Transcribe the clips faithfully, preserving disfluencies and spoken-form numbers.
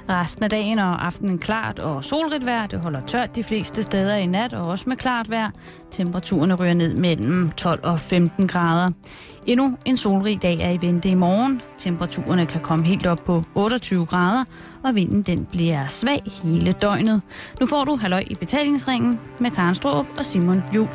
Resten af dagen og aftenen klart og solrigt vejr. Det holder tørt de fleste steder i nat, og også med klart vejr. Temperaturerne ryger ned mellem tolv og femten grader. Endnu en solrig dag er i vente i morgen. Temperaturerne kan komme helt op på otteogtyve grader, og vinden den bliver svag hele døgnet. Nu får du halløj i betalingsringen med Karen Straarup og Simon Jul.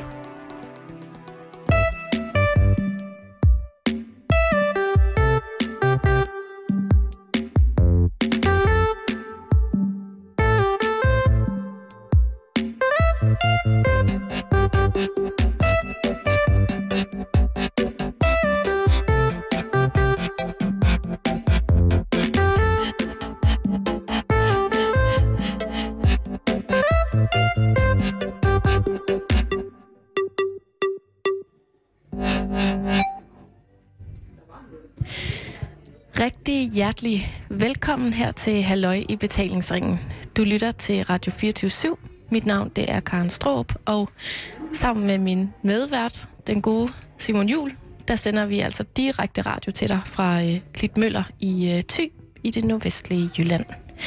Rigtig hjertelig velkommen her til Halløj i betalingsringen. Du lytter til Radio fireogtyve syv. Mit navn det er Karen Straarup, og sammen med min medvært, den gode Simon Jul, der sender vi altså direkte radio til dig fra øh, Klitmøller i øh, Thy i det nordvestlige Jylland.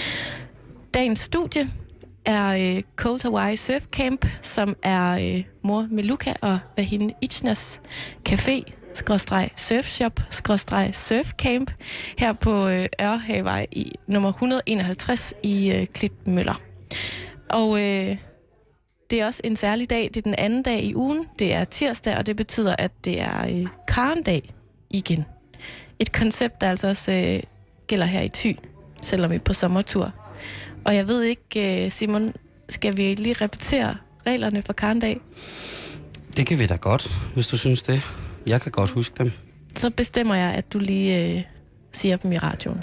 Dagens studie er øh, Cold Hawaii Surf Camp, som er øh, mor Meluka og Vahine Ichners café, skråstreg surfshop, skråstreg surfcamp, her på øh, Ørhavevej i nummer et hundrede og enoghalvtreds i øh, Klitmøller. Og øh, det er også en særlig dag. Det er den anden dag i ugen. Det er tirsdag, og det betyder, at det er øh, Karendag igen. Et koncept, der altså også øh, gælder her i Thy, selvom vi er på sommertur. Og jeg ved ikke, øh, Simon, skal vi lige repetere reglerne for Karendag? Det kan vi da godt, hvis du synes det. Jeg kan godt huske dem. Så bestemmer jeg, at du lige øh, siger dem i radioen.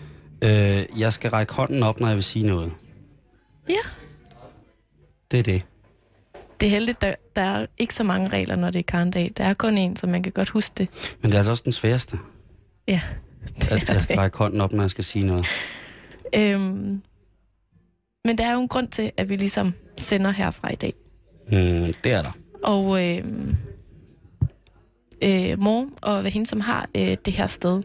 Øh, jeg skal række hånden op, når jeg vil sige noget. Ja. Det er det. Det er heldigt, der, der er ikke så mange regler, når det er Karendag. Der er kun en, så man kan godt huske det. Men det er altså også den sværeste. Ja, det at, er at det. række hånden op, når jeg skal sige noget. Øhm, men der er jo en grund til, at vi ligesom sender herfra i dag. Mm, det er der. Og øhm, øh, mor og hvad hende, som har øh, det her sted,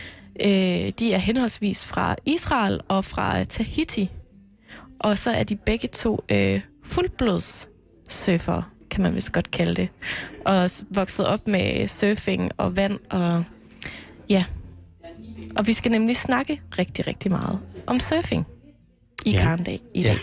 øh, de er henholdsvis fra Israel og fra Tahiti. Og så er de begge to øh, fuldblods surfere, kan man vist godt kalde det. Og vokset op med surfing og vand og ja. Og vi skal nemlig snakke rigtig, rigtig meget om surfing i ja. Karendag i dag. Ja.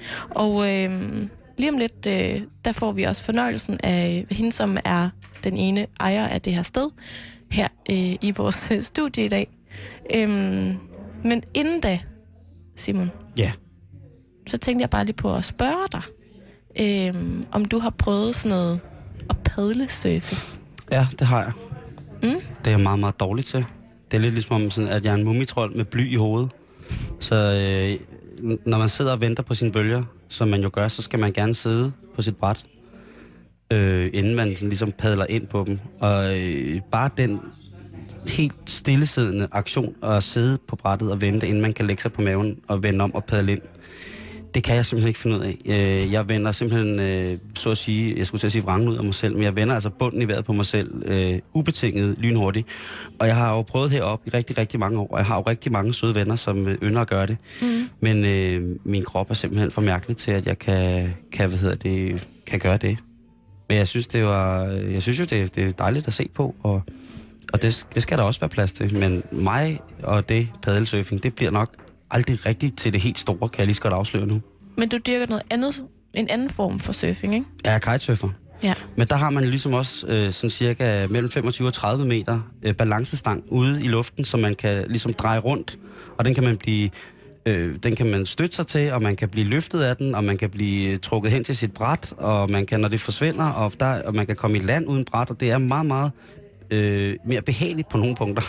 Og øh, lige om lidt, øh, der får vi også fornøjelsen af hende, som er den ene ejer af det her sted, her øh, i vores studie i dag. Øh, men inden da, Simon, ja. så tænkte jeg bare lige på at spørge dig, øh, om du har prøvet sådan noget at padlesurfe. Ja, det har jeg. Mm? Det er jeg meget, meget dårligt til. Det er lidt ligesom, sådan, at jeg er en mumitrold med bly i hovedet. Så øh, når man sidder og venter på sine bølger, som man jo gør, så skal man gerne sidde på sit bræt, øh, inden man sådan, ligesom padler ind på dem. Og øh, bare den helt stillesiddende aktion at sidde på brættet og vente, inden man kan lægge sig på maven og vende om og padle ind, det kan jeg simpelthen ikke finde ud af. Øh, jeg vender simpelthen, øh, så at sige, jeg skulle til at sige vrangen ud af mig selv, men jeg vender altså bunden i vejret på mig selv, øh, ubetinget, lynhurtigt. Og jeg har jo prøvet heroppe i rigtig, rigtig mange år, og jeg har jo rigtig mange søde venner, som øh, ynder at gøre det. Mm. Men øh, min krop er simpelthen for mærkelig til, at jeg kan, kan, hvad hedder det, kan gøre det. Men jeg synes, det var, jeg synes jo, det, det er dejligt at se på, og, og det, det skal der også være plads til. Men mig og det paddelsurfing, det bliver nok aldrig rigtigt til det helt store, kan jeg lige så godt afsløre nu. Men du dyrker noget andet, en anden form for surfing, ikke? Jeg er kitesurfer. Ja. Men der har man ligesom også øh, sådan cirka mellem femogtyve og tredive meter øh, balancestang ude i luften, så man kan ligesom dreje rundt, og den kan man blive, øh, den kan man støtte sig til, og man kan blive løftet af den, og man kan blive trukket hen til sit bræt, og man kan, når det forsvinder, og, der, og man kan komme i land uden bræt, og det er meget, meget øh, mere behageligt på nogle punkter.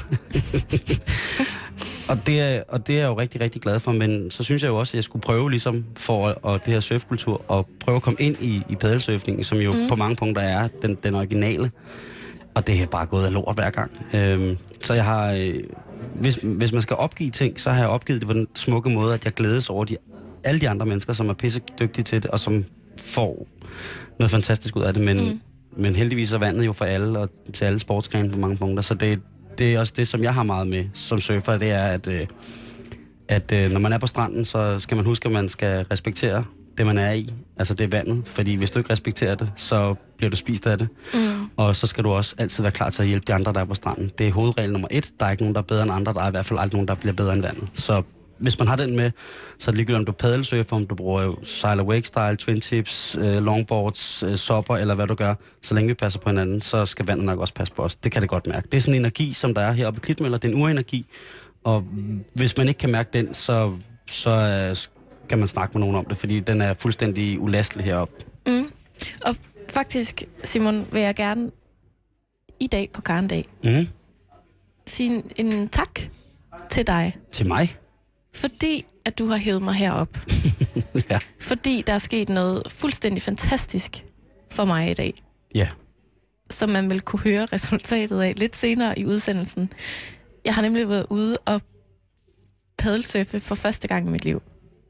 Og det, er, og det er jeg jo rigtig, rigtig glad for, men så synes jeg jo også, at jeg skulle prøve ligesom for og det her surfkultur, og prøve at komme ind i, i paddelsurfningen, som jo mm. på mange punkter er den, den originale. Og det er bare gået af lort hver gang. Øhm, så jeg har, øh, hvis, hvis man skal opgive ting, så har jeg opgivet det på den smukke måde, at jeg glædes over de, alle de andre mennesker, som er pissedygtige til det, og som får noget fantastisk ud af det. Men, mm. men heldigvis er vandet jo for alle, og til alle sportsgrene på mange punkter, så det det er også det, som jeg har meget med som surfer, det er, at, øh, at øh, når man er på stranden, så skal man huske, at man skal respektere det, man er i. Altså det er vandet. Fordi hvis du ikke respekterer det, så bliver du spist af det. Mm. Og så skal du også altid være klar til at hjælpe de andre, der er på stranden. Det er hovedregel nummer et. Der er ikke nogen, der er bedre end andre. Der er i hvert fald aldrig nogen, der bliver bedre end vandet. Så hvis man har den med, så er det ligegyldigt, om du paddelsurfer, om du bruger sejl- og wake-style, twin tips, øh, longboards, øh, sopper, eller hvad du gør. Så længe vi passer på hinanden, så skal vandet nok også passe på os. Det kan det godt mærke. Det er sådan en energi, som der er heroppe i Klitmøller. Det er en urenergi. Og hvis man ikke kan mærke den, så, så øh, skal man snakke med nogen om det, fordi den er fuldstændig ulastelig heroppe. Mm. Og faktisk, Simon, vil jeg gerne i dag på Karendag mm. sige en, en tak til dig. Til mig? Fordi at du har hævet mig herop. Ja. Fordi der er sket noget fuldstændig fantastisk for mig i dag. Ja. Som man vil kunne høre resultatet af lidt senere i udsendelsen. Jeg har nemlig været ude og paddelsurfe for første gang i mit liv.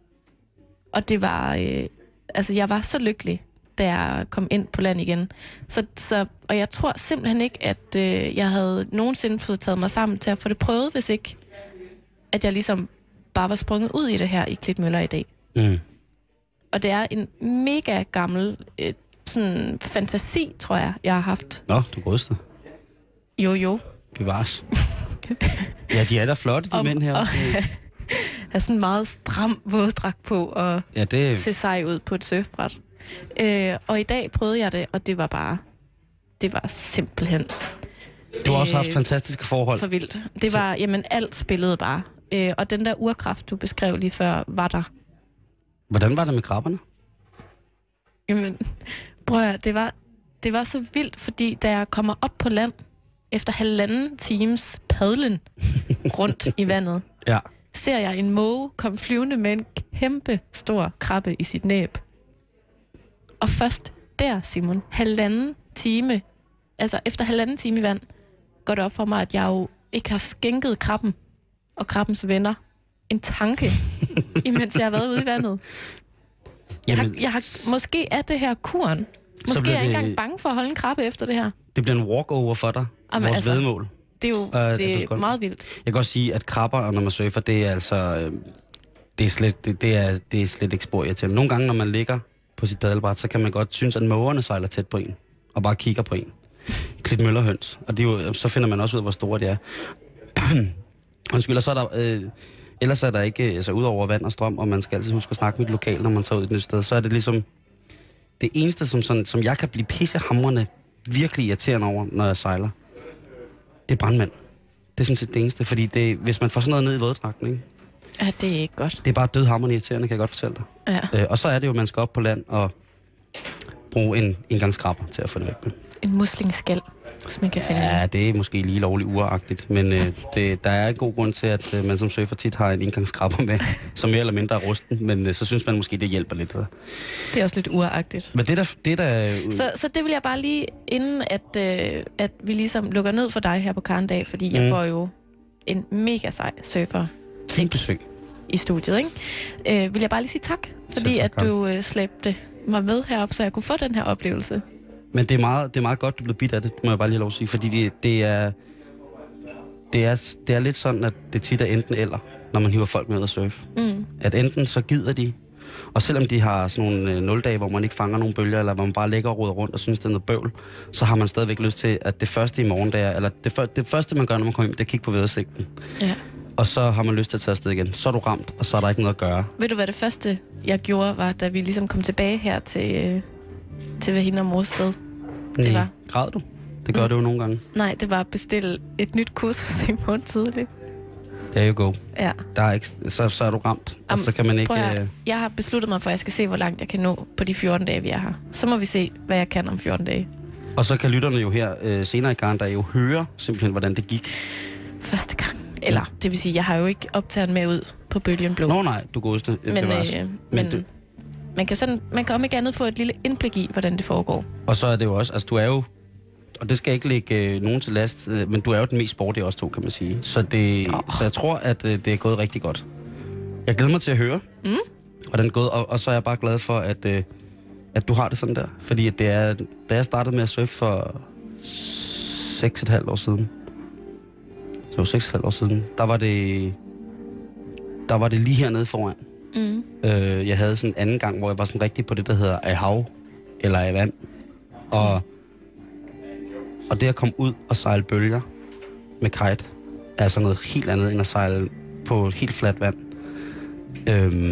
Og det var... Øh, altså, jeg var så lykkelig, da jeg kom ind på land igen. Så, så, og jeg tror simpelthen ikke, at øh, jeg havde nogensinde fået taget mig sammen til at få det prøvet, hvis ikke, at jeg ligesom bare var sprunget ud i det her i Klitmøller i dag. Mm. Og det er en mega gammel øh, sådan fantasi, tror jeg, jeg har haft. Nå, du godste. Jo, jo. Bevares. Ja, de er da flotte, de Om, mænd her. Og have sådan en meget stram våddragt på og ja, det... se sej ud på et surfbræt. Øh, og i dag prøvede jeg det, og det var bare... Det var simpelthen... Du har også haft fantastiske forhold. For vildt. Det var... Jamen, alt spillede bare. Øh, og den der urkraft, du beskrev lige før, var der. Hvordan var det med krabberne? Jamen, prøv at, det var, det var så vildt, fordi da jeg kommer op på land, efter halvanden times padlen rundt i vandet, ja. ser jeg en måge komme flyvende med en kæmpe stor krabbe i sit næb. Og først der, Simon, halvanden time, altså efter halvanden time i vand, går det op for mig, at jeg jo ikke har skænket krabben og krabbens venner en tanke, imens jeg har været ude i vandet. Jeg har, jeg har, måske er det her kuren. Måske er jeg ikke engang bange for at holde en krabbe efter det her. Det bliver en walkover for dig. Jamen, vores altså, vedmål. Det er jo uh, det er meget vildt. Jeg kan også sige, at krabber, når man surfer, det er altså... Øh, det, er slet, det, det, er, det er slet ikke spor til. Nogle gange, når man ligger på sit padelbræt, så kan man godt synes, at mågerne sejler tæt på en. Og bare kigger på en. Klitmøllerhøns. Og de jo, så finder man også ud af, hvor store de er. Undskyld, og så er der... Øh, ellers er der ikke... Altså, ud over vand og strøm, og man skal altid huske at snakke med et lokal, når man tager ud et nyt sted, så er det ligesom... Det eneste, som, sådan, som jeg kan blive pissehamrende virkelig irriterende over, når jeg sejler, det er brandmænd. Det er sådan set det eneste, fordi det, hvis man får sådan noget ned i våddragten, ikke? Ja, det er ikke godt. Det er bare dødhamrende irriterende, kan jeg godt fortælle dig. Ja. Øh, og så er det jo, at man skal op på land og bruge en engangskrabber til at få det væk med. En muslingskal, hvis man kan finde Ja, det er måske lige lovligt uragtigt, men øh, det, der er en god grund til, at øh, man som surfer tit har en engangskrabber med, som mere eller mindre er rusten, men øh, så synes man måske, det hjælper lidt. Eller? Det er også lidt uragtigt. Men det der... Det der øh, så, så det vil jeg bare lige, inden at, øh, at vi ligesom lukker ned for dig her på Karendag, fordi mm. jeg får jo en mega sej surfer i studiet, ikke? Øh, vil jeg bare lige sige tak, fordi tak, at du øh, slæbte mig med herop, så jeg kunne få den her oplevelse. Men det er meget, det er meget godt, du blev bidt af det, må jeg bare lige have lov at sige, fordi det, det, er, det, er, det er lidt sådan, at det tit er enten eller, når man hiver folk med ud at surfe. Mm. At enten så gider de, og selvom de har sådan nogle øh, nul dage, hvor man ikke fanger nogen bølger, eller hvor man bare ligger og roder rundt og synes, det er noget bøvl, så har man stadigvæk lyst til, at det første i morgen, det er, eller det, for, det første, man gør, når man kommer hjem, det er at kigge på vejrudsigten. Ja. Og så har man lyst til at tage afsted igen. Så er du ramt, og så er der ikke noget at gøre. Ved du, hvad det første, jeg gjorde, var, da vi ligesom kom tilbage her til, øh, til ved hende og mors sted? Det var. Græd du? Det gør mm. det jo nogle gange. Nej, det var at bestille et nyt kursus i morgen tidligt. There you go. Ja. Der er ikke, så, så er du ramt, og Am, så kan man ikke... At, jeg har besluttet mig for, at jeg skal se, hvor langt jeg kan nå på de fjorten dage, vi er her. Så må vi se, hvad jeg kan om fjorten dage. Og så kan lytterne jo her øh, senere i Karendag jo høre simpelthen, hvordan det gik. Første gang. Eller, ja. Det vil sige, jeg har jo ikke optaget med ud på Bølgen Blå. Nå nej, du godeste. Men, øh, men, men du... man kan sådan, man kan om ikke andet få et lille indblik i, hvordan det foregår. Og så er det jo også, altså du er jo, og det skal ikke lægge øh, nogen til last, øh, men du er jo den mest sportige også to, kan man sige. Så, det, oh. så jeg tror, at øh, det er gået rigtig godt. Jeg glæder mig til at høre, mm. hvordan det er gået, og, og så er jeg bare glad for, at, øh, at du har det sådan der. Fordi at det er, da jeg startede med at surfe for seks og et halvt år siden, så seks og et halvt år siden, der var det, der var det lige hernede foran. Mm. Øh, jeg havde sådan en anden gang, hvor jeg var sådan rigtig på det, der hedder af hav, eller af vand. Og, og det at komme ud og sejle bølger med kite, er altså noget helt andet, end at sejle på et helt fladt vand. Øhm,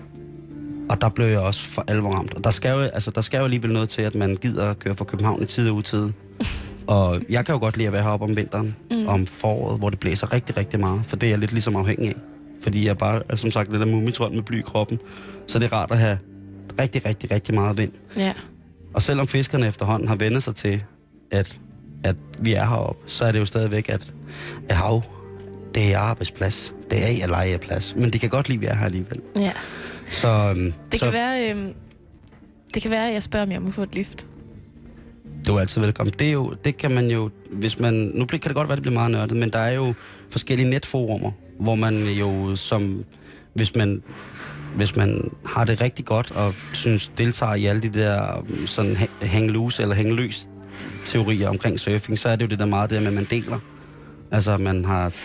og der blev jeg også for alvor ramt. Og der skal, jo, altså, der skal jo alligevel noget til, at man gider at køre fra København i tid og utide. Og jeg kan jo godt lide at være heroppe om vinteren, mm. om foråret, hvor det blæser rigtig, rigtig meget. For det er jeg lidt ligesom afhængig af. Fordi jeg bare er som sagt lidt af mumitrol med bly i kroppen. Så det er rart at have rigtig, rigtig, rigtig meget vind. Ja. Og selvom fiskerne efterhånden har vendt sig til, at, at vi er heroppe, så er det jo stadigvæk, at, at hav, det er arbejdsplads. Det er ikke at lege plads. Men de kan godt lide, at vi er her alligevel. Ja. Så, øhm, det, så, kan være, øhm, det kan være, at jeg spørger, om jeg må få et lift. Du er altid velkommen. Det, er jo, det kan man jo, hvis man, nu kan det godt være, det bliver meget nørdet, men der er jo forskellige netforumer, hvor man jo som, hvis man, hvis man har det rigtig godt og synes deltager i alle de der sådan hænge loose eller hænge løs teorier omkring surfing, så er det jo det der meget der med, at man deler. Altså, man har,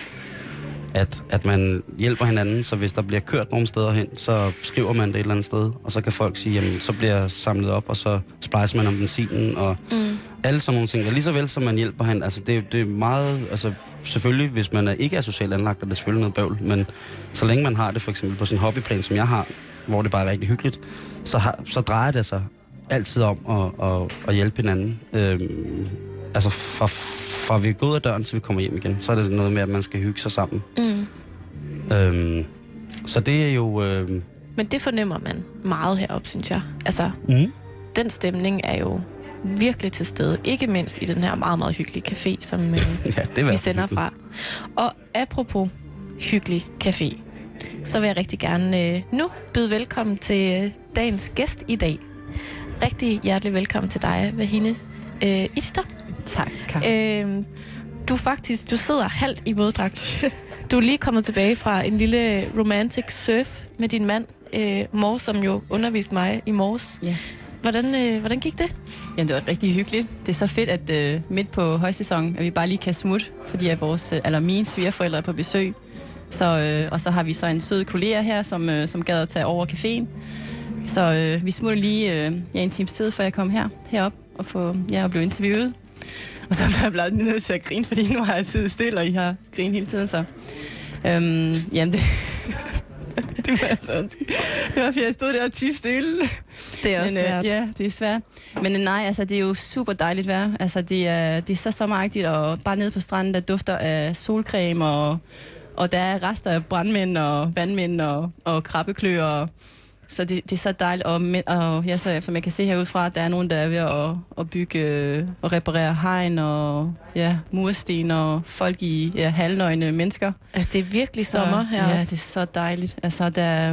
at, at man hjælper hinanden, så hvis der bliver kørt nogle steder hen, så skriver man det et eller andet sted, og så kan folk sige, jamen, så bliver jeg samlet op, og så splejser man om benzinen, og mm. alle sådan nogle ting. Og lige så vel som man hjælper hinanden, altså det, det er meget, altså selvfølgelig, hvis man er, ikke er socialt anlagt, er det selvfølgelig noget bøvl, men så længe man har det for eksempel på sin hobbyplan, som jeg har, hvor det bare er rigtig hyggeligt, så, har, så drejer det sig altid om at, at, at hjælpe hinanden. Øhm, altså fra, fra vi går ud af døren, til vi kommer hjem igen, så er det noget med, at man skal hygge sig sammen. Mm. Øhm, så det er jo... Øhm... Men det fornemmer man meget heroppe, synes jeg. Altså, mm. den stemning er jo virkelig til stede. Ikke mindst i den her meget, meget hyggelige café, som øh, ja, vi sender hyggeligt fra. Og apropos hyggelig café, så vil jeg rigtig gerne øh, nu byde velkommen til øh, dagens gæst i dag. Rigtig hjertelig velkommen til dig, Vahine øh, Ichter. Tak. Øh, du faktisk, du sidder halvt i våddragt. Du er lige kommet tilbage fra en lille romantic surf med din mand, øh, Mor, som jo underviste mig i morges. Ja. Hvordan, øh, hvordan gik det? Jamen, det var rigtig hyggeligt. Det er så fedt, at øh, midt på højsæson, at vi bare lige kan smutte, fordi at vores, øh, eller mine svigerforældre er på besøg. Så, øh, og så har vi så en sød kollega her, som, øh, som gad at tage over caféen. Så øh, vi smutter lige øh, ja, en times tid, før jeg kom her, herop og få, ja, og blev interviewet. Og så blev jeg blevet nødt til at grine, fordi nu har jeg tid stille, og I har grinet hele tiden. Så øhm, jamen, det, det var altså det var, fordi jeg stod der og tige stille. Det er også Men, øh, svært. Ja, det er svært. Men øh, nej, altså, det er jo super dejligt vejr. Altså, det er, det er så sommeragtigt, og bare nede på stranden, der dufter af solcreme, og, og der er rester af brandmænd og vandmænd og, og krabbekløer. Så det, det er så dejligt, og, og ja, så, som jeg kan se herudefra, der er nogen, der er ved at, at bygge og reparere hegn og ja, mursten og folk i ja, halvnøgne mennesker. Ja, det er virkelig så, sommer her. Ja, det er så dejligt. Altså, der,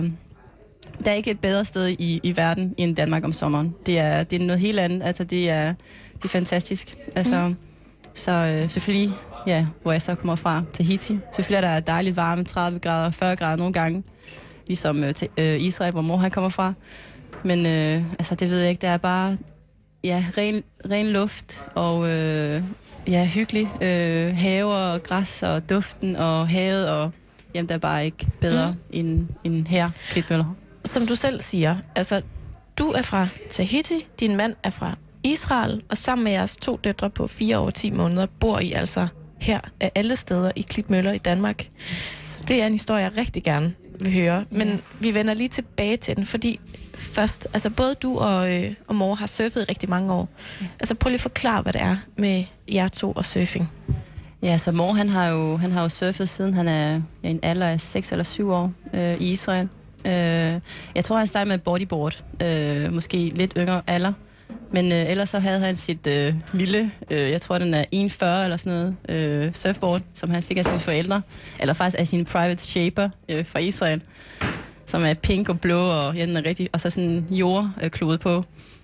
der er ikke et bedre sted i, i verden end Danmark om sommeren. Det er, det er noget helt andet. Altså, det er, det er fantastisk. Altså, mm. Så øh, selvfølgelig, ja, hvor jeg så kommer fra, Tahiti. Selvfølgelig er der dejligt varme, tredive grader, fyrre grader nogle gange. Ligesom øh, til øh, Israel, hvor mor han kommer fra. Men øh, altså, det ved jeg ikke. Der er bare ja, ren, ren luft og øh, ja, hyggelig øh, have og græs og duften og havet. Og jamen, der er bare ikke bedre mm. end, end her, Klitmøller. Som du selv siger, altså, du er fra Tahiti, din mand er fra Israel, og sammen med jeres to døtre på fire år og ti måneder, bor I altså her af alle steder i Klitmøller i Danmark. Yes. Det er en historie, jeg rigtig gerne vil høre, men ja. Vi vender lige tilbage til den, fordi først, altså både du og, øh, og mor har surfet i rigtig mange år. Ja. Altså prøv lige at forklare, hvad det er med jer to og surfing. Ja, så mor, han har jo, han har jo surfet siden han er ja, en alder af seks eller syv år øh, i Israel. Øh, jeg tror, han startede med bodyboard, øh, måske lidt yngre alder. Men øh, ellers så havde han sit øh, lille, øh, jeg tror den er en komma fyrre eller sådan noget, øh, surfboard, som han fik af sine forældre. Eller faktisk af sin private shaper øh, fra Israel, som er pink og blå, og, ja, den er rigtig, og så sådan en jordklode på.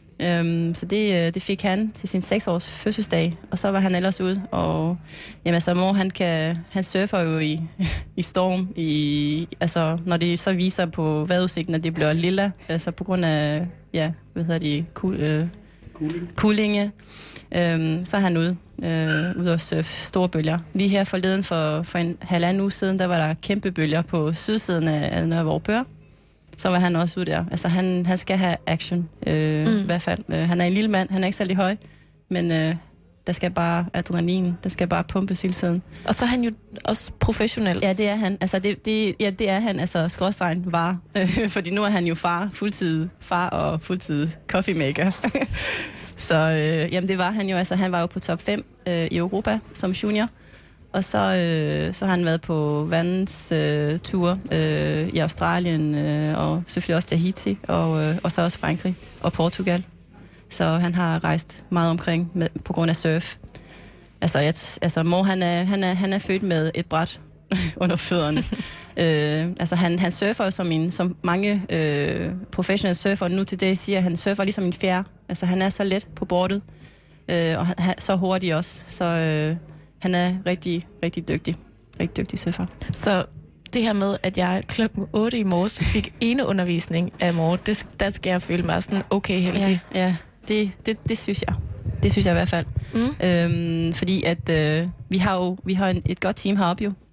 Um, så det, øh, det fik han til sin seks års fødselsdag, og så var han ellers ude. Og jamen, så mor, han, kan, han surfer jo i, i storm, i, altså når det så viser på vejrudsigten, at det bliver lilla, altså på grund af, ja, hvad hedder det, cool, øh, Cooling. Cooling, ja. Øhm, så er han ude. øh, ude og surfe store bølger. Lige her forleden for, for en halvanden uge siden, der var der kæmpe bølger på sydsiden af, af Nørre Vorbør. Så var han også ude der. Altså, han, han skal have action, øh, mm. i hvert fald. Øh, han er en lille mand, han er ikke særlig høj, men øh, der skal bare adrenalin, der skal bare pumpes hele tiden. Og så er han jo også professionel. Ja, det er han. Altså, det, det, ja, det er han, altså skråstregen var. Fordi nu er han jo far, fuldtid far og fuldtid coffee maker. Så øh, jamen, det var han jo. Altså, han var jo på top fem øh, i Europa som junior. Og så, øh, så har han været på verdensture øh, i Australien øh, og selvfølgelig også Tahiti og, øh, og så også Frankrig og Portugal. Så han har rejst meget omkring med, på grund af surf. Altså, jeg, altså mor, han er, han, er, han er født med et bræt under fødderne. øh, altså, han, han surfer som, en, som mange øh, professionelle surfer nu til det siger, han surfer ligesom en fjer. Altså, han er så let på bordet, øh, og han, så hurtig også. Så øh, han er rigtig, rigtig dygtig. Rigtig dygtig surfer. Så det her med, at jeg klokken otte i morges fik ene undervisning af mor, det, der skal jeg føle mig sådan okay heldig. Ja, ja. Det, det, det synes jeg. Det synes jeg i hvert fald. Mm. Øhm, fordi at øh, vi har jo vi har en, et godt team heroppe jo,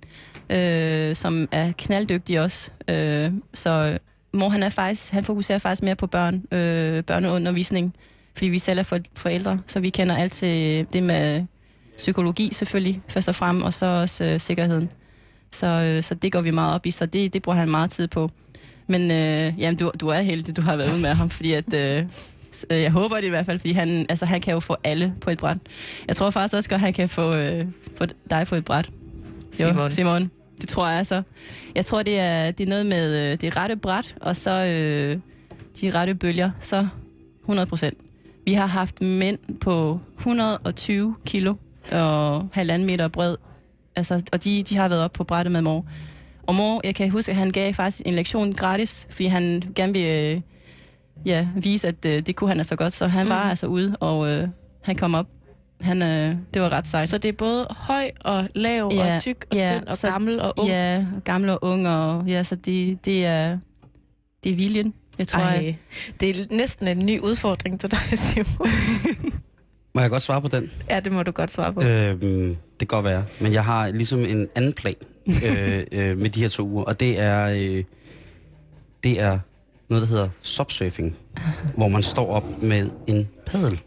øh, som er knalddygtige også. Øh, så mor, han er faktisk, han fokuserer faktisk mere på børn, øh, børneundervisning, fordi vi selv er for, forældre, så vi kender alt til det med psykologi selvfølgelig, først og frem, og så også øh, sikkerheden. Så, øh, så det går vi meget op i, så det, det bruger han meget tid på. Men øh, jamen, du, du er heldig, du har været ude med ham, fordi at... Øh, jeg håber det i hvert fald, fordi han, altså, han kan jo få alle på et bræt. Jeg tror faktisk også godt, han kan få, øh, få dig på et bræt. Jo, Simon. Simon. Det tror jeg altså. Jeg tror, det er, det er noget med øh, det rette bræt, og så øh, de rette bølger, så hundrede procent. Vi har haft mænd på et hundrede og tyve kilo og halvanden meter bred, altså, og de, de har været op på brættet med mor. Og mor, jeg kan huske, at han gav faktisk en lektion gratis, fordi han gerne vil... Øh, ja, vise, at øh, det kunne han altså godt. Så han mm. var altså ude, og øh, han kom op. Han, øh, det var ret sejt. Så det er både høj og lav ja, og tyk og ja, tynd og så, gammel og ung? Ja, gammel og ung. Og, ja, så det, det, er, det er viljen, jeg tror. Ej, jeg. det er næsten en ny udfordring til dig, Simon. Må jeg godt svare på den? Ja, det må du godt svare på. Øhm, det kan godt være. Men jeg har ligesom en anden plan øh, øh, med de her to uger, og det er... Øh, det er noget, der hedder subsurfing, hvor man står op med en paddel.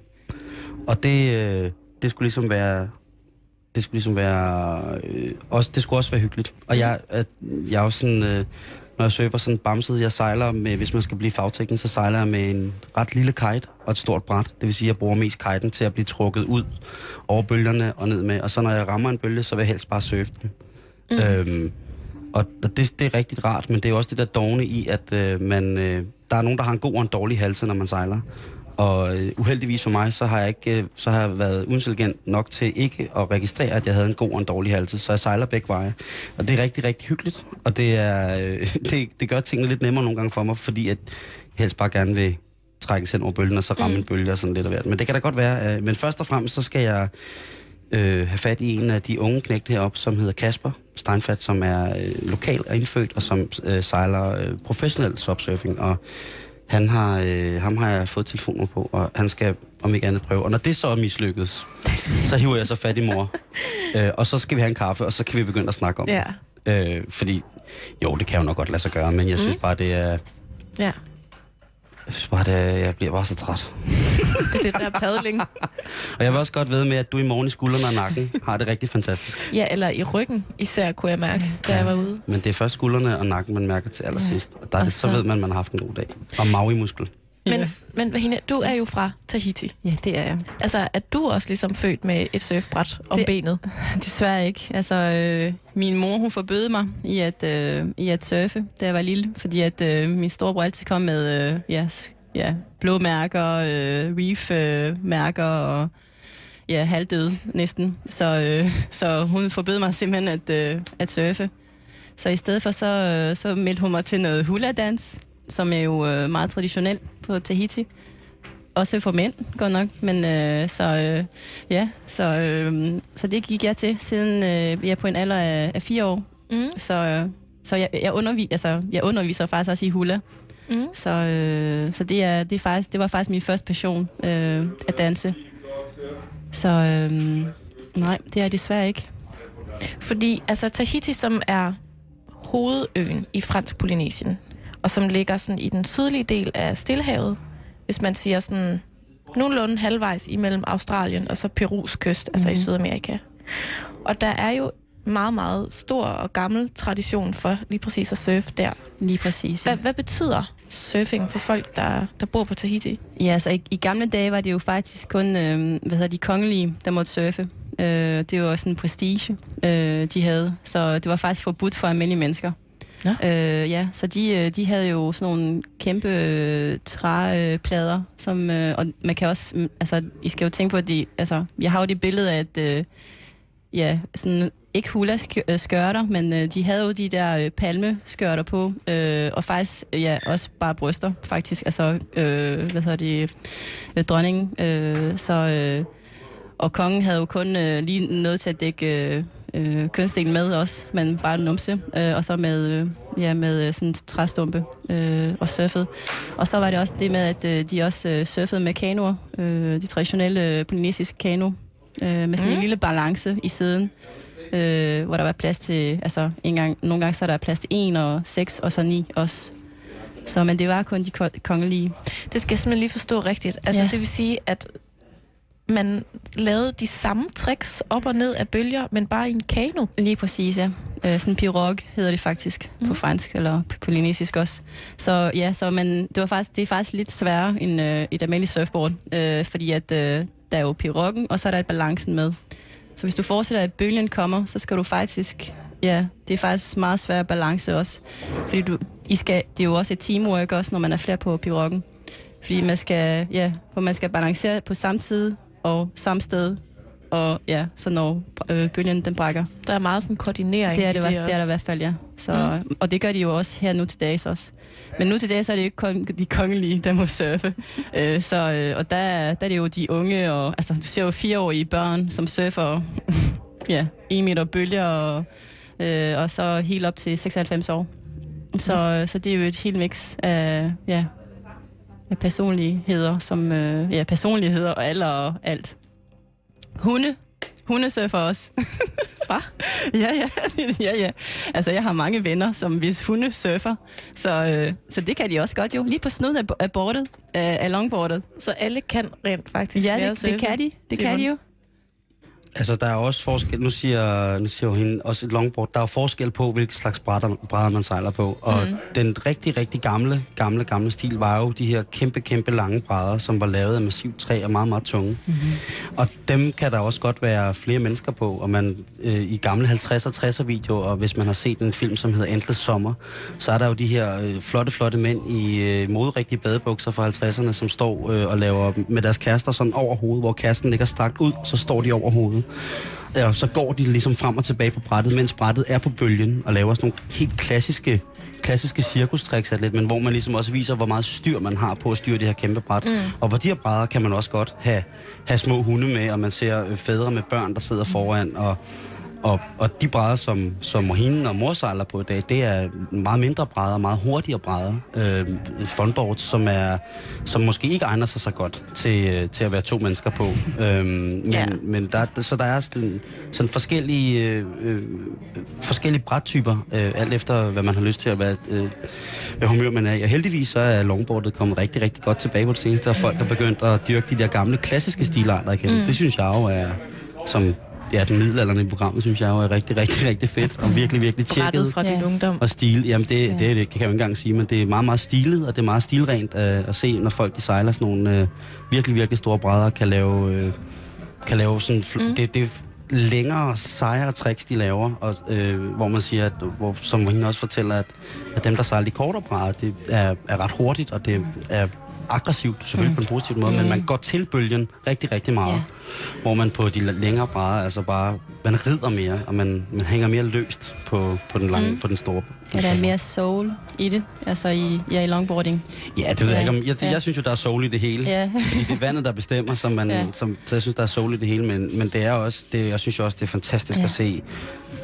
Og det, øh, det skulle ligesom være, det skulle ligesom være, øh, også, det skulle også være hyggeligt. Og jeg, øh, jeg er jo sådan, øh, når jeg surfer sådan bamset, jeg sejler med, hvis man skal blive fagteknisk, så sejler jeg med en ret lille kite og et stort bræt. Det vil sige, at jeg bruger mest kiten til at blive trukket ud over bølgerne og ned med. Og så når jeg rammer en bølge, så vil jeg helst bare surfe den. Mm. Øhm, Og det, det er rigtig rart, men det er jo også det der dovne i, at øh, man, øh, der er nogen, der har en god og en dårlig halse, når man sejler. Og øh, uheldigvis for mig, så har jeg ikke, øh, så har jeg været uintelligent nok til ikke at registrere, at jeg havde en god og en dårlig halse, så jeg sejler begge veje. Og det er rigtig, rigtig hyggeligt, og det, er, øh, det, det gør tingene lidt nemmere nogle gange for mig, fordi at jeg helst bare gerne vil trækkes hen over bølgen, og så ramme mm. en bølge og sådan lidt af hvert. Men det kan da godt være. Øh, men først og fremmest, så skal jeg øh, have fat i en af de unge knægte heroppe, som hedder Kasper Steinfeld, som er øh, lokal og indfødt, og som øh, sejler øh, professionel subsurfing, og han har, øh, ham har jeg fået telefoner på, og han skal om ikke andet prøve. Og når det så er mislykkedes, så hiver jeg så fat i mor, øh, og så skal vi have en kaffe, og så kan vi begynde at snakke om ja. det. Øh, fordi, jo, det kan jo nok godt lade sig gøre, men jeg synes mm. bare, det er... Ja. Jeg synes bare, det er, jeg bliver bare så træt. Det er det der padling. Og jeg vil også godt ved med, at du i morgen i skuldrene og nakken har det rigtig fantastisk. Ja, eller i ryggen især, kunne jeg mærke, da jeg var ude. Men det er først skuldrene og nakken, man mærker til allersidst. Og der er det, så ved man, at man har haft en god dag. Og Maui-muskel. Men, ja. men Vahina, du er jo fra Tahiti. Ja, det er jeg. Altså, er du også ligesom født med et surfbræt om det, benet? Desværre ikke. Altså, øh, min mor, hun forbød mig i at, øh, i at surfe, da jeg var lille. Fordi at øh, min storebror altid kom med øh, ja, ja, blå mærker, øh, reef-mærker øh, og ja, halvdøde næsten. Så, øh, så hun forbød mig simpelthen at, øh, at surfe. Så i stedet for, så, øh, så meldte hun mig til noget hula-dans, som er jo øh, meget traditionelt på Tahiti. Også for mænd, godt nok. Men øh, så, øh, ja, så, øh, så det gik jeg til, siden øh, jeg er på en alder af, af fire år. Mm. Så, øh, så jeg, jeg, undervis, altså, jeg underviser faktisk også i hula. Mm. Så, øh, så det, er, det, er faktisk, det var faktisk min første passion, øh, at danse. Så øh, Nej, det er desværre ikke. Fordi altså Tahiti, som er hovedøen i Fransk Polynesien, og som ligger sådan i den sydlige del af Stillehavet, hvis man siger sådan nogenlunde halvvejs imellem Australien og så Perus kyst, altså mm. i Sydamerika. Og der er jo meget, meget stor og gammel tradition for lige præcis at surfe der. Lige præcis, ja. Hvad, hvad betyder surfing for folk, der, der bor på Tahiti? Ja, altså i, i gamle dage var det jo faktisk kun, øh, hvad hedder de, kongelige, der måtte surfe. Øh, det var også en prestige, øh, de havde. Så det var faktisk forbudt for almindelige mennesker. Ja, øh, ja så de, de havde jo sådan nogle kæmpe øh, træplader, som, øh, og man kan også, altså, I skal jo tænke på, at de, altså, jeg har jo det billede af, at, øh, ja, sådan, ikke hula-skørter, men øh, de havde jo de der øh, palmeskørter på, øh, og faktisk, ja, også bare bryster, faktisk, altså, øh, hvad hedder det, øh, dronningen, øh, så, øh, og kongen havde jo kun øh, lige noget til at dække øh, øh, kønsdelen med også, men bare en numse, øh, og så med, øh, ja, med sådan en træstumpe øh, og surfede. Og så var det også det med, at øh, de også øh, surfede med kanoer, øh, de traditionelle øh, polynesiske kano, øh, med sådan mm. en lille balance i siden, øh, hvor der var plads til, altså en gang, nogle gange så er der plads til en og seks, og så ni også. Så, men det var kun de kongelige. Det skal jeg simpelthen lige forstå rigtigt. Altså, ja. Det vil sige, at man lavede de samme tricks op og ned af bølger, men bare i en kano. Lige præcis, ja. Øh, sådan en pirogue hedder det faktisk mm. på fransk, eller på polynesisk også. Så ja, så man, det, var faktisk, det er faktisk lidt sværere end øh, et almindeligt surfboard, øh, fordi at, øh, der er jo piroguen, og så er der et balancen med. Så hvis du forestiller, at bølgen kommer, så skal du faktisk, ja, det er faktisk meget svær balance også. Fordi du, I skal, det er jo også et teamwork også, når man er flere på piroguen. Fordi man skal, ja, for man skal balancere på samme tid, og samme sted, og ja, så når øh, bølgen den brækker. Der er meget sådan koordinering. Det er, det, det, det er der i hvert fald, ja. Så, mm. Og det gør de jo også her nu til dags også. Men nu til dags er det jo ikke kun de kongelige, der må surfe. øh, så, øh, og der, der er det jo de unge, og altså, du ser jo fireårige børn, som surfer ja, en meter bølger, og, øh, og så helt op til seksoghalvfems år. Så, mm. så det er jo et helt mix af, ja, af personligheder, som, øh, ja, personligheder og alder og alt. Hunde. Hunde surfer også. Hva? ja, ja, ja, ja. Altså, jeg har mange venner, som hvis hunde surfer. Så, øh, så det kan de også godt jo. Lige på snuden af, af bordet, af, af longboardet. Så alle kan rent faktisk ja, lære det, at surfe? det kan de. Det kan de jo. Altså, der er også forskel, nu siger, nu siger jo hende også et longboard, der er forskel på, hvilke slags brædder, brædder man sejler på. Og mm. den rigtig, rigtig gamle, gamle, gamle stil var jo de her kæmpe, kæmpe lange brædder, som var lavet af massivt træ og meget, meget tunge. Mm-hmm. Og dem kan der også godt være flere mennesker på, og man øh, i gamle halvtredser og tresser videoer, og hvis man har set en film, som hedder Endless Summer, så er der jo de her øh, flotte, flotte mænd i øh, moderigtige badebukser fra halvtredserne, som står øh, og laver med deres kærester sådan over hovedet, hvor kæresten ligger strakt ud, så står de over hovedet. Ja, så går de ligesom frem og tilbage på brættet, mens brættet er på bølgen, og laver sådan nogle helt klassiske, klassiske cirkustricks, men hvor man ligesom også viser, hvor meget styr man har på at styre det her kæmpe bræt. Mm. Og på de her brædder kan man også godt have, have små hunde med, og man ser fædre med børn, der sidder foran, og Og, og de brædder, som, som hende og mor sejler på i dag, det er meget mindre brædder, meget hurtigere brædder. Øh, funboards, som, er, som måske ikke egner sig så godt til, til at være to mennesker på. Øh, men, ja. men der, så der er sådan, sådan forskellige, øh, forskellige brættyper, øh, alt efter hvad man har lyst til at være, øh, hvad humør man er i. Og heldigvis så er longboardet kommet rigtig, rigtig godt tilbage på det seneste, og folk er begyndt at dyrke de der gamle klassiske stilarter igen. Mm. Det synes jeg jo er som... Ja, den middelalderne i programmet, synes jeg jo er rigtig, rigtig, rigtig fedt, og virkelig, virkelig tjekket. Fra din ungdom. Og stil. Jamen, det, ja. det, det, det kan jeg jo ikke engang sige, men det er meget, meget stilet, og det er meget stilrent uh, at se, når folk de sejler sådan nogle uh, virkelig, virkelig store brædder, kan lave, uh, kan lave sådan... Mm. Det, det er længere, sejere tricks, de laver, og, uh, hvor man siger, at, hvor, som hende også fortæller, at, at dem, der sejler de kortere brædder, det er, er ret hurtigt, og det er aggressivt, selvfølgelig mm. på en positiv måde, mm. men man går til bølgen rigtig, rigtig meget. Yeah. Hvor man på de længere brædder, altså bare, man rider mere, og man, man hænger mere løst på, på, den, lange, mm. på den store. Ja, der er mere soul i det, altså i, ja, i longboarding. Ja, det ved ja. jeg ikke om. Jeg, jeg, jeg synes jo, der er soul i det hele. Ja. Fordi det er vandet, der bestemmer, som man, ja. som, så jeg synes, der er soul i det hele, men, men det er også, det, jeg synes jo også, det er fantastisk ja. at se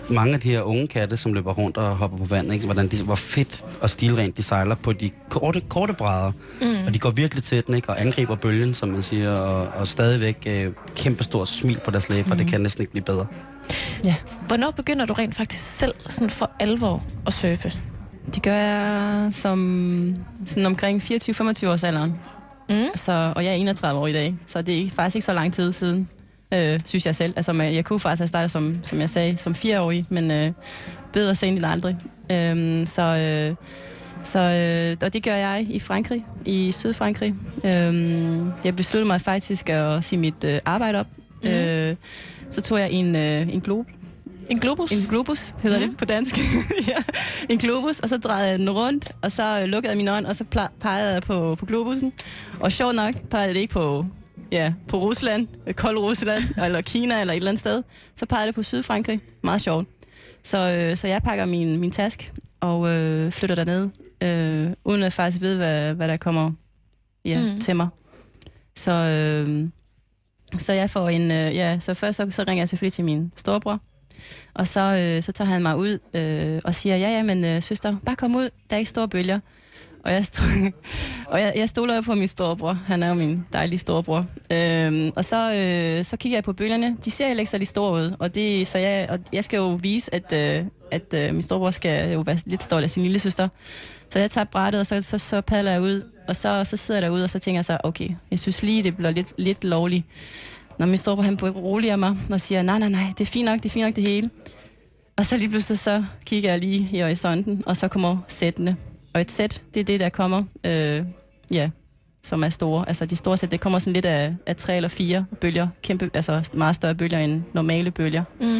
mange af de her unge katte, som løber rundt og hopper på vandet, ikke? Hvordan de, hvor fedt og stilrent de sejler på de korte, korte brædder. Mm. Og de går virkelig til den, ikke? Og angriber bølgen, som man siger, og, og stadigvæk øh, kæmpestort smil på deres læber. Mm. Det kan næsten ikke blive bedre. Ja. Hvornår begynder du rent faktisk selv sådan for alvor at surfe? Det gør jeg som sådan omkring fireogtyve til femogtyve års alderen. Mm. Så, og jeg er enogtredive år i dag, så det er faktisk ikke så lang tid siden, øh, synes jeg selv. Altså, jeg kunne faktisk have startet, som, som jeg sagde, som fireårig, men øh, bedre sent end aldrig. Øh, så, øh, så, øh, og det gør jeg i Frankrig, i Sydfrankrig. Øh, jeg besluttede mig faktisk at sige mit øh, arbejde op. Mm. Øh, så tog jeg en, øh, en globe. En globus? En globus, hedder mm. det på dansk. Ja, en globus, og så drejede jeg den rundt, og så lukkede jeg min øjne, og så pegede jeg på, på globusen. Og sjovt nok pegede det ikke på, ja, på Rusland, kold Rusland, eller Kina, eller et eller andet sted. Så pegede det på Sydfrankrig. Meget sjovt. Så, øh, så jeg pakker min, min task og øh, flytter derned, øh, uden at faktisk vide, hvad, hvad der kommer ja, mm. til mig. Så, øh, så jeg får en, øh, ja, så først så, så ringer jeg selvfølgelig til min storebror. Og så, øh, så tager han mig ud øh, og siger, ja, ja, men øh, søster, bare kom ud, der er ikke store bølger. Og jeg, st- og jeg, jeg stoler jo på min storebror, han er jo min dejlige storebror. Øhm, og så, øh, så kigger jeg på bølgerne, de ser heller ikke så de store ud. Og, det, så jeg, og jeg skal jo vise, at, øh, at øh, min storebror skal jo være lidt stolt af sin lille søster. Så jeg tager brættet, og så, så, så padler jeg ud, og så, så sidder jeg derude, og så tænker jeg så, okay, jeg synes lige, det bliver lidt, lidt lovligt. Når min storebror, han beroliger mig og siger, nej, nej, nej, det er fint nok, det er fint nok det hele. Og så lige pludselig så kigger jeg lige i horisonten, og så kommer sættene. Og et sæt, det er det, der kommer, øh, ja, som er store. Altså de store sæt, det kommer sådan lidt af, af tre eller fire bølger, kæmpe, altså meget større bølger end normale bølger. Mm.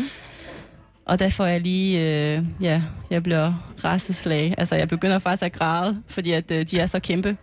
Og der får jeg lige, øh, ja, jeg bliver rædselsslag. Altså jeg begynder faktisk at græde, fordi at øh, de er så kæmpe.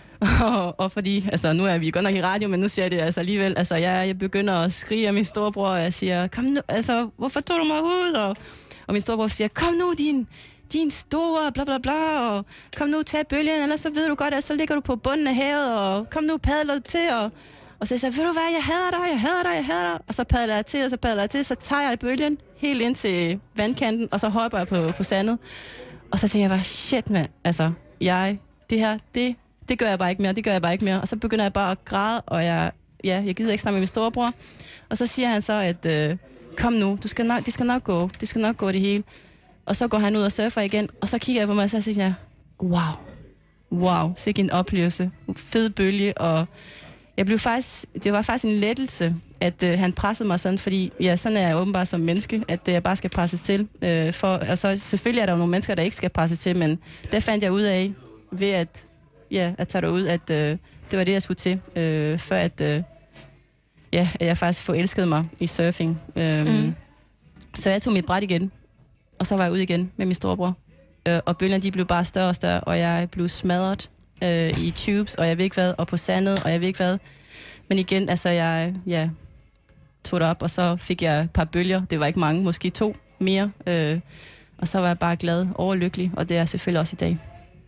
Og, og fordi, altså nu er vi godt nok i radio, men nu siger jeg det altså alligevel, altså jeg, jeg begynder at skrige af min storebror, og jeg siger, kom nu, altså hvorfor tog du mig ud? Og, og min storebror siger, kom nu din, din store, bla bla bla, og kom nu, tag bølgen, ellers så ved du godt, at så ligger du på bunden af havet, og kom nu, padler til, og, og så siger jeg, ved du hvad, jeg hader dig, jeg hader dig, jeg hader dig, og så padler jeg til, og så padler jeg til, så tager jeg bølgen helt ind til vandkanten, og så hopper jeg på, på sandet, og så tænker jeg bare, shit mand, altså jeg, det her, det Det gør jeg bare ikke mere, det gør jeg bare ikke mere. Og så begynder jeg bare at græde, og jeg, ja, jeg gider ikke snakke med min storebror. Og så siger han så, at øh, kom nu, du skal nok, det skal nok gå, det skal nok gå det hele. Og så går han ud og surfer igen, og så kigger jeg på mig, og så siger jeg, wow, wow, sikke en oplevelse, fed bølge. Og jeg blev faktisk, det var faktisk en lettelse, at øh, han pressede mig sådan, fordi ja, sådan er jeg åbenbart som menneske, at øh, jeg bare skal presses til. Øh, for, og så selvfølgelig er der jo nogle mennesker, der ikke skal presses til, men der fandt jeg ud af, ved at ja, at tage ud, at øh, det var det, jeg skulle til, øh, før at, øh, ja, at jeg faktisk forelskede mig i surfing. Øh, mm. Så jeg tog mit bræt igen, og så var jeg ude igen med min storebror. Øh, og bølgerne, de blev bare større og større, og jeg blev smadret øh, i tubes, og jeg ved ikke hvad, og på sandet, og jeg ved ikke hvad. Men igen, altså jeg ja, tog det op, og så fik jeg et par bølger. Det var ikke mange, måske to mere. Øh, og så var jeg bare glad, overlykkelig, og det er jeg selvfølgelig også i dag.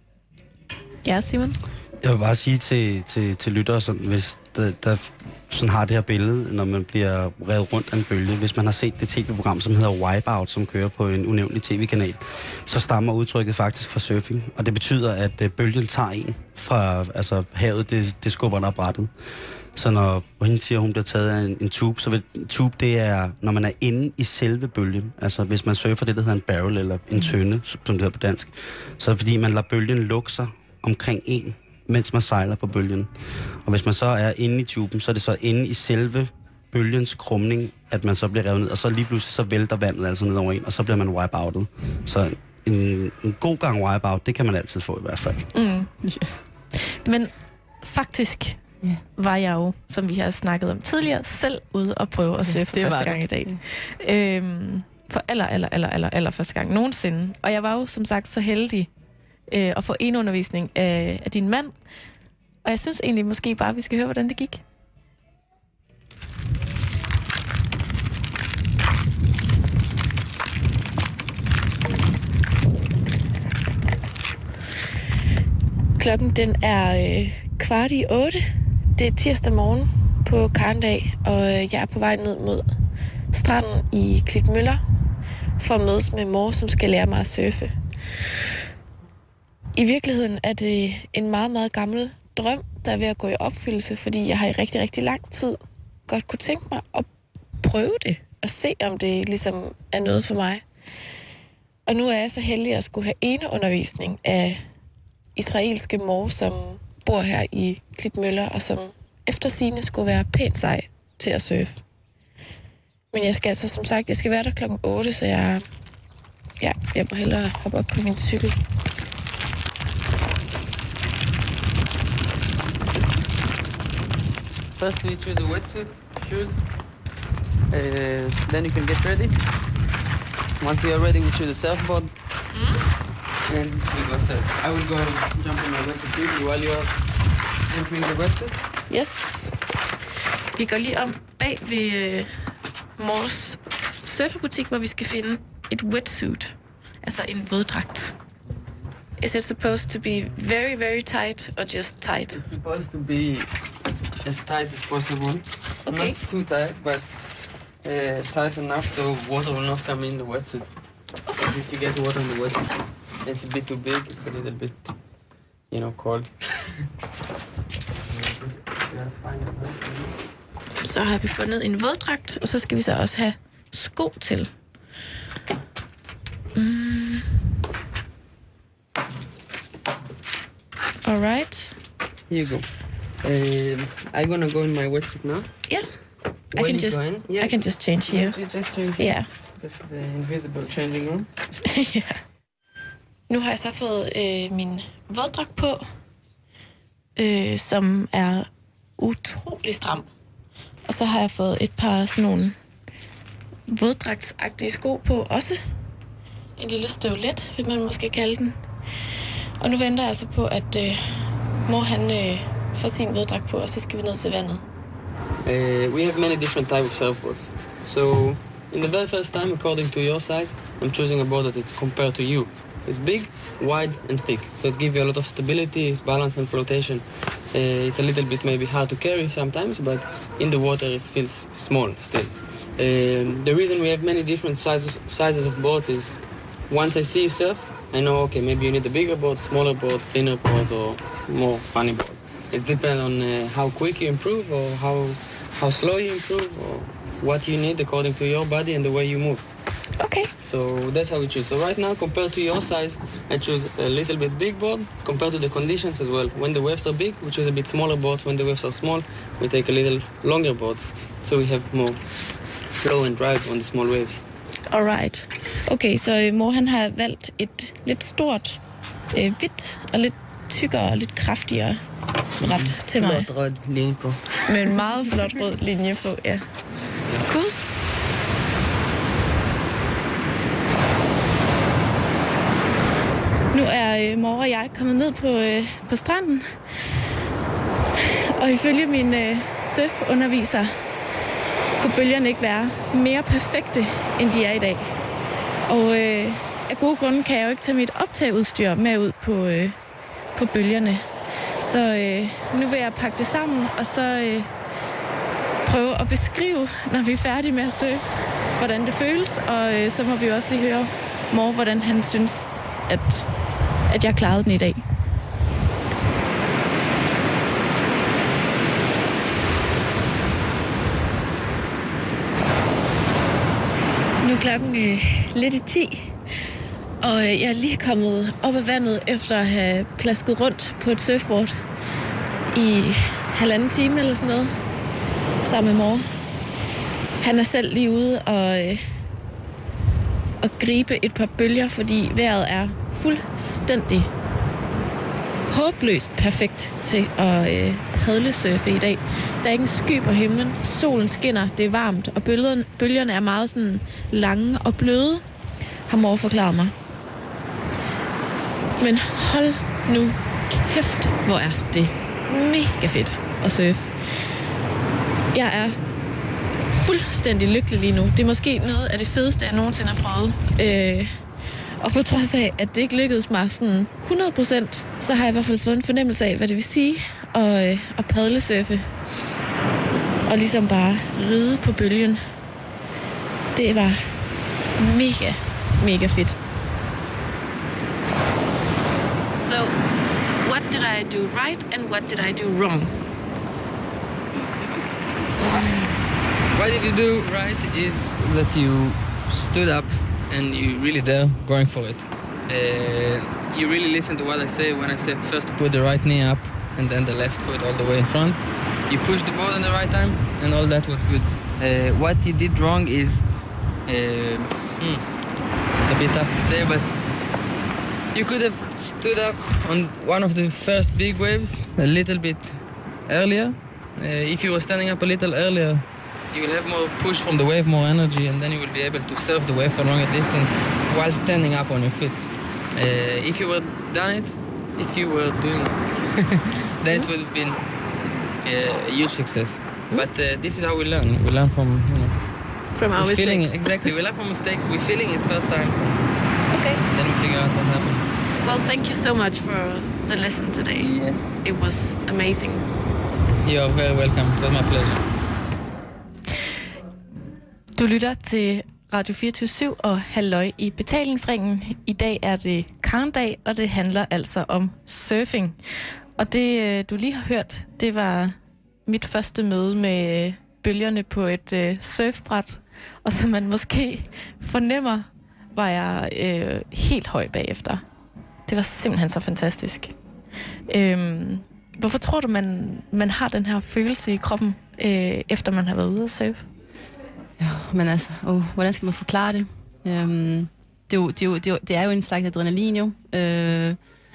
Ja, Simon? Jeg vil bare sige til, til, til lyttere, sådan, hvis der, der sådan har det her billede, når man bliver revet rundt af en bølge. Hvis man har set det tv-program, som hedder Wipeout, som kører på en unævnlig tv-kanal, så stammer udtrykket faktisk fra surfing. Og det betyder, at uh, bølgen tager en fra altså, havet, det, det skubber der brættet. Så når hende siger, hun bliver taget af en, en tube, så vil en tube, det er, når man er inde i selve bølgen. Altså hvis man surfer det, der hedder en barrel eller en tønde, som det hedder på dansk, så er det fordi, man lader bølgen lukke sig omkring en, mens man sejler på bølgen. Og hvis man så er inde i tuben, så er det så inde i selve bølgens krumning, at man så bliver revet ned, og så lige pludselig så vælter vandet altså ned over en, og så bliver man wipeoutet. Så en, en god gang wipeout, det kan man altid få i hvert fald. Mm. Yeah. Men faktisk yeah. var jeg jo, som vi har snakket om tidligere, selv ude og prøve at surfe for første gang i dag. Øhm, for aller, aller, aller, aller, aller første gang nogensinde. Og jeg var jo som sagt så heldig øh, at få en undervisning af, af din mand. Og jeg synes egentlig måske bare, at vi skal høre, hvordan det gik. Klokken den er øh, kvart i otte. Det er tirsdag morgen på Karndag, og øh, jeg er på vej ned mod stranden i Klitmøller, for at mødes med mor, som skal lære mig at surfe. I virkeligheden er det en meget, meget gammel drøm, der er ved at gå i opfyldelse, fordi jeg har i rigtig, rigtig lang tid godt kunne tænke mig at prøve det, og se, om det ligesom er noget for mig. Og nu er jeg så heldig at skulle have eneundervisning af israelske mor, som bor her i Klitmøller, og som efter sigende skulle være pænt sej til at surfe. Men jeg skal altså, som sagt, jeg skal være der klokken otte, så jeg, ja, jeg må hellere hoppe op på min cykel. First we choose a wetsuit, shoes, uh, then you can get ready. Once we are ready, we choose a surfboard, mm. and we go surf. I will go jump in my wetsuit with you while you are entering the wetsuit. Yes. Vi går lige om bag ved øh, mors surferbutik, hvor vi skal finde et wetsuit, altså en våddragt. Is it supposed to be very, very tight or just tight? It's supposed to be as tight as possible. Okay. Not too tight, but uh, tight enough so water will not come in the wetsuit. Okay. If you get water in the wetsuit, it's a bit too big, it's a little bit, you know, cold. Så har vi fundet en våddragt, og så skal vi så også have sko til. Mm. Alright. Here you go. Um, I'm gonna go in my wetsuit now. Yeah. I When can you just go in, yeah. I can just change here. You just change here. Yeah. That's the invisible changing room. Ja. Nu har jeg så fået øh, min våddragt på, øh, som er utrolig stram. Og så har jeg fået et par sådan nogle våddragtsagtige sko på også. En lille støvlet, vil man måske kalde den. Og nu venter jeg altså på, at øh, mor han øh, får sin våddragt på, og så skal vi ned til vandet. Uh, we have many different types of surfboards. So, in the very first time, according to your size, I'm choosing a board that is compared to you. It's big, wide, and thick, so it gives you a lot of stability, balance, and flotation. Uh, it's a little bit maybe hard to carry sometimes, but in the water it feels small still. Um, the reason we have many different sizes sizes of boards is once I see you surf, I know, okay, maybe you need a bigger board, smaller board, thinner board, or more funny board. It depends on uh, how quick you improve, or how how slow you improve, or what you need according to your body and the way you move. Okay. So that's how we choose. So right now, compared to your size, I choose a little bit big board. Compared to the conditions as well. When the waves are big, we choose a bit smaller board. When the waves are small, we take a little longer board. So we have more flow and drive on the small waves. Alright. Okay, så mor han har valgt et lidt stort, øh, hvidt og lidt tykkere og lidt kraftigere bræt til mig. Flot rød linje på. Med en meget flot rød linje på, ja. Cool. Nu er øh, mor og jeg kommet ned på, øh, på stranden. Og ifølge min øh, surfunderviser kunne bølgerne ikke være mere perfekte, end de er i dag. Og øh, af gode grunde kan jeg jo ikke tage mit optageudstyr med ud på, øh, på bølgerne. Så øh, nu vil jeg pakke det sammen, og så øh, prøve at beskrive, når vi er færdige med at surfe, hvordan det føles. Og øh, så må vi også lige høre mor, hvordan han synes, at, at jeg klarede den i dag. Nu er klokken øh, lidt i ti, og øh, jeg er lige kommet op af vandet efter at have plasket rundt på et surfboard i halvanden time eller sådan noget, sammen med mor. Han er selv lige ude og, øh, og gribe et par bølger, fordi vejret er fuldstændig håbløst perfekt til at øh, padlesurfe i dag. Der er ikke en sky på himlen, solen skinner, det er varmt, og bølgerne, bølgerne er meget sådan lange og bløde, har mor forklaret mig. Men hold nu kæft, hvor er det mega fedt at surfe. Jeg er fuldstændig lykkelig lige nu. Det er måske noget af det fedeste, jeg nogensinde har prøvet. Øh, og på trods af, at det ikke lykkedes mig sådan hundrede procent, så har jeg i hvert fald fået en fornemmelse af, hvad det vil sige at, øh, at padlesurfe. Og ligesom bare ride på bølgen. Det var mega mega fedt. So, what did I do right and what did I do wrong? What did you do right is that you stood up and you really dare going for it. Uh, you really listen to what I say when I say first put the right knee up and then the left foot all the way in front. You push the ball in the right time and all that was good. Uh, what you did wrong is, uh, hmm, it's a bit tough to say, but you could have stood up on one of the first big waves a little bit earlier. Uh, if you were standing up a little earlier, you will have more push from the wave, more energy, and then you will be able to surf the wave for a longer distance while standing up on your feet. Uh, if you were done it, if you were doing it, then it would have been uh, a huge success. But uh, this is how we learn. We learn from, you know, From our we're feeling mistakes. it. Exactly. We learn from mistakes. We're feeling it first time, so Okay. then we figure out what happened. Well, thank you so much for the lesson today. Yes. It was amazing. You are very welcome. It was my pleasure. Du lytter til Radio fireogtyve syv og halløj i betalingsringen. I dag er det Karen-dag, og det handler altså om surfing. Og det, du lige har hørt, det var mit første møde med bølgerne på et øh, surfbræt. Og som man måske fornemmer, var jeg øh, helt høj bagefter. Det var simpelthen så fantastisk. Øhm, hvorfor tror du, man, man har den her følelse i kroppen, øh, efter man har været ude at surfe? Ja, men altså, oh, hvordan skal man forklare det? Øhm, det, er jo, det, er jo, det, er jo, det er jo en slags adrenalin, jo. Øh,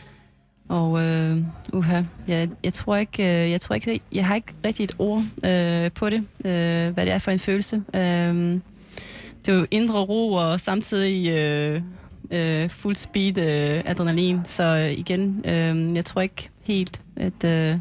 og øh, uha, jeg, jeg tror ikke, øh, jeg tror ikke, jeg har ikke rigtig et ord øh, på det, øh, hvad det er for en følelse. Øh, det er jo indre ro og samtidig øh, øh, full speed øh, adrenalin. Så øh, igen, øh, jeg tror ikke helt, at øh,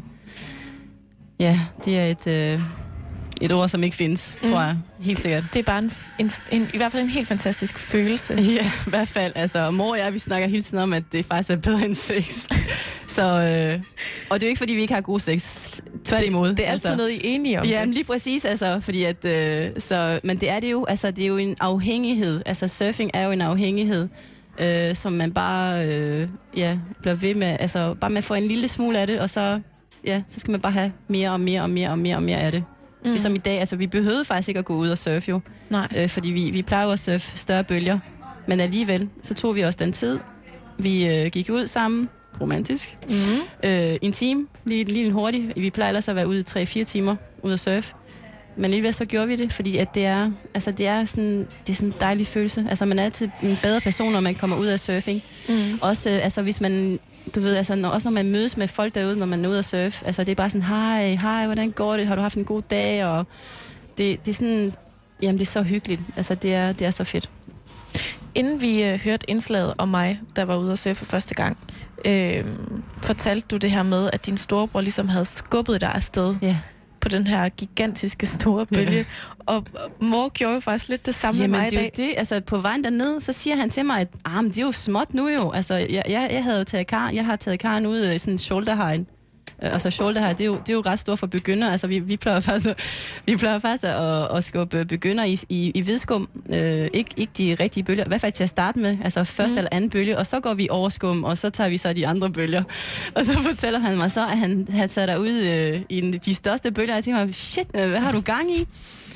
ja, det er et øh, et ord, som ikke findes, tror jeg. Helt sikkert. Det er bare en, en, en, i hvert fald en helt fantastisk følelse. Ja, i hvert fald. Altså, mor og jeg, vi snakker hele tiden om, at det faktisk er bedre end sex. Så, øh, og det er jo ikke, fordi vi ikke har god sex. Tværtimod. Det er altid altså noget, I er enige om. Ja, lige præcis. Altså, fordi at, øh, så, men det er det jo. Altså, det er jo en afhængighed. Altså, surfing er jo en afhængighed, øh, som man bare øh, ja, bliver ved med. Altså, bare med at få en lille smule af det, og så, ja, så skal man bare have mere og mere og mere og mere og mere af det. Mm. Ligesom i dag, altså vi behøvede faktisk ikke at gå ud og surfe jo. Nej. Øh, fordi vi, vi plejer jo at surfe større bølger. Men alligevel, så tog vi også den tid. Vi øh, gik ud sammen, romantisk, mm. øh, en time, lige, lige hurtigt. Vi plejer ellers at være ude i tre fire timer ud at surfe. Men alligevel så gjorde vi det, fordi at det er, altså det er sådan, det er sådan en dejlig følelse. Altså man er altid en bedre person, når man kommer ud af surfing. Mm. Også, øh, altså hvis man, du ved, altså når, også når man mødes med folk derude, når man er ude at surfe. Altså det er bare sådan, hej, hej, hvordan går det? Har du haft en god dag? Og det, det er sådan, jamen det er så hyggeligt. Altså det er, det er så fedt. Inden vi øh, hørte indslaget om mig, der var ude at surfe første gang, øh, fortalte du det her med, at din storebror ligesom havde skubbet dig afsted. Ja. På den her gigantiske store bølge. Ja. Og mor gjorde jo faktisk lidt det samme Jamen, med mig det i dag. det. Altså, på vejen derned, så siger han til mig, at ah, men det er jo småt nu jo. Altså, jeg, jeg, jeg havde jo taget kar, jeg har taget karen ud i sådan en shoulder high. Altså shoulder high, det er jo, det er jo ret stort for begynder. Altså, vi, vi plejer faktisk, vi plejer faktisk at, at skubbe begynder i, i, i hvidskum. Øh, ikke, ikke de rigtige bølger, i hvert fald til at starte med. Altså første mm. eller anden bølge, og så går vi over skum, og så tager vi så de andre bølger. Og så fortæller han mig så, at han havde taget dig ud øh, i de største bølger. Jeg tænker mig, shit, hvad har du gang i?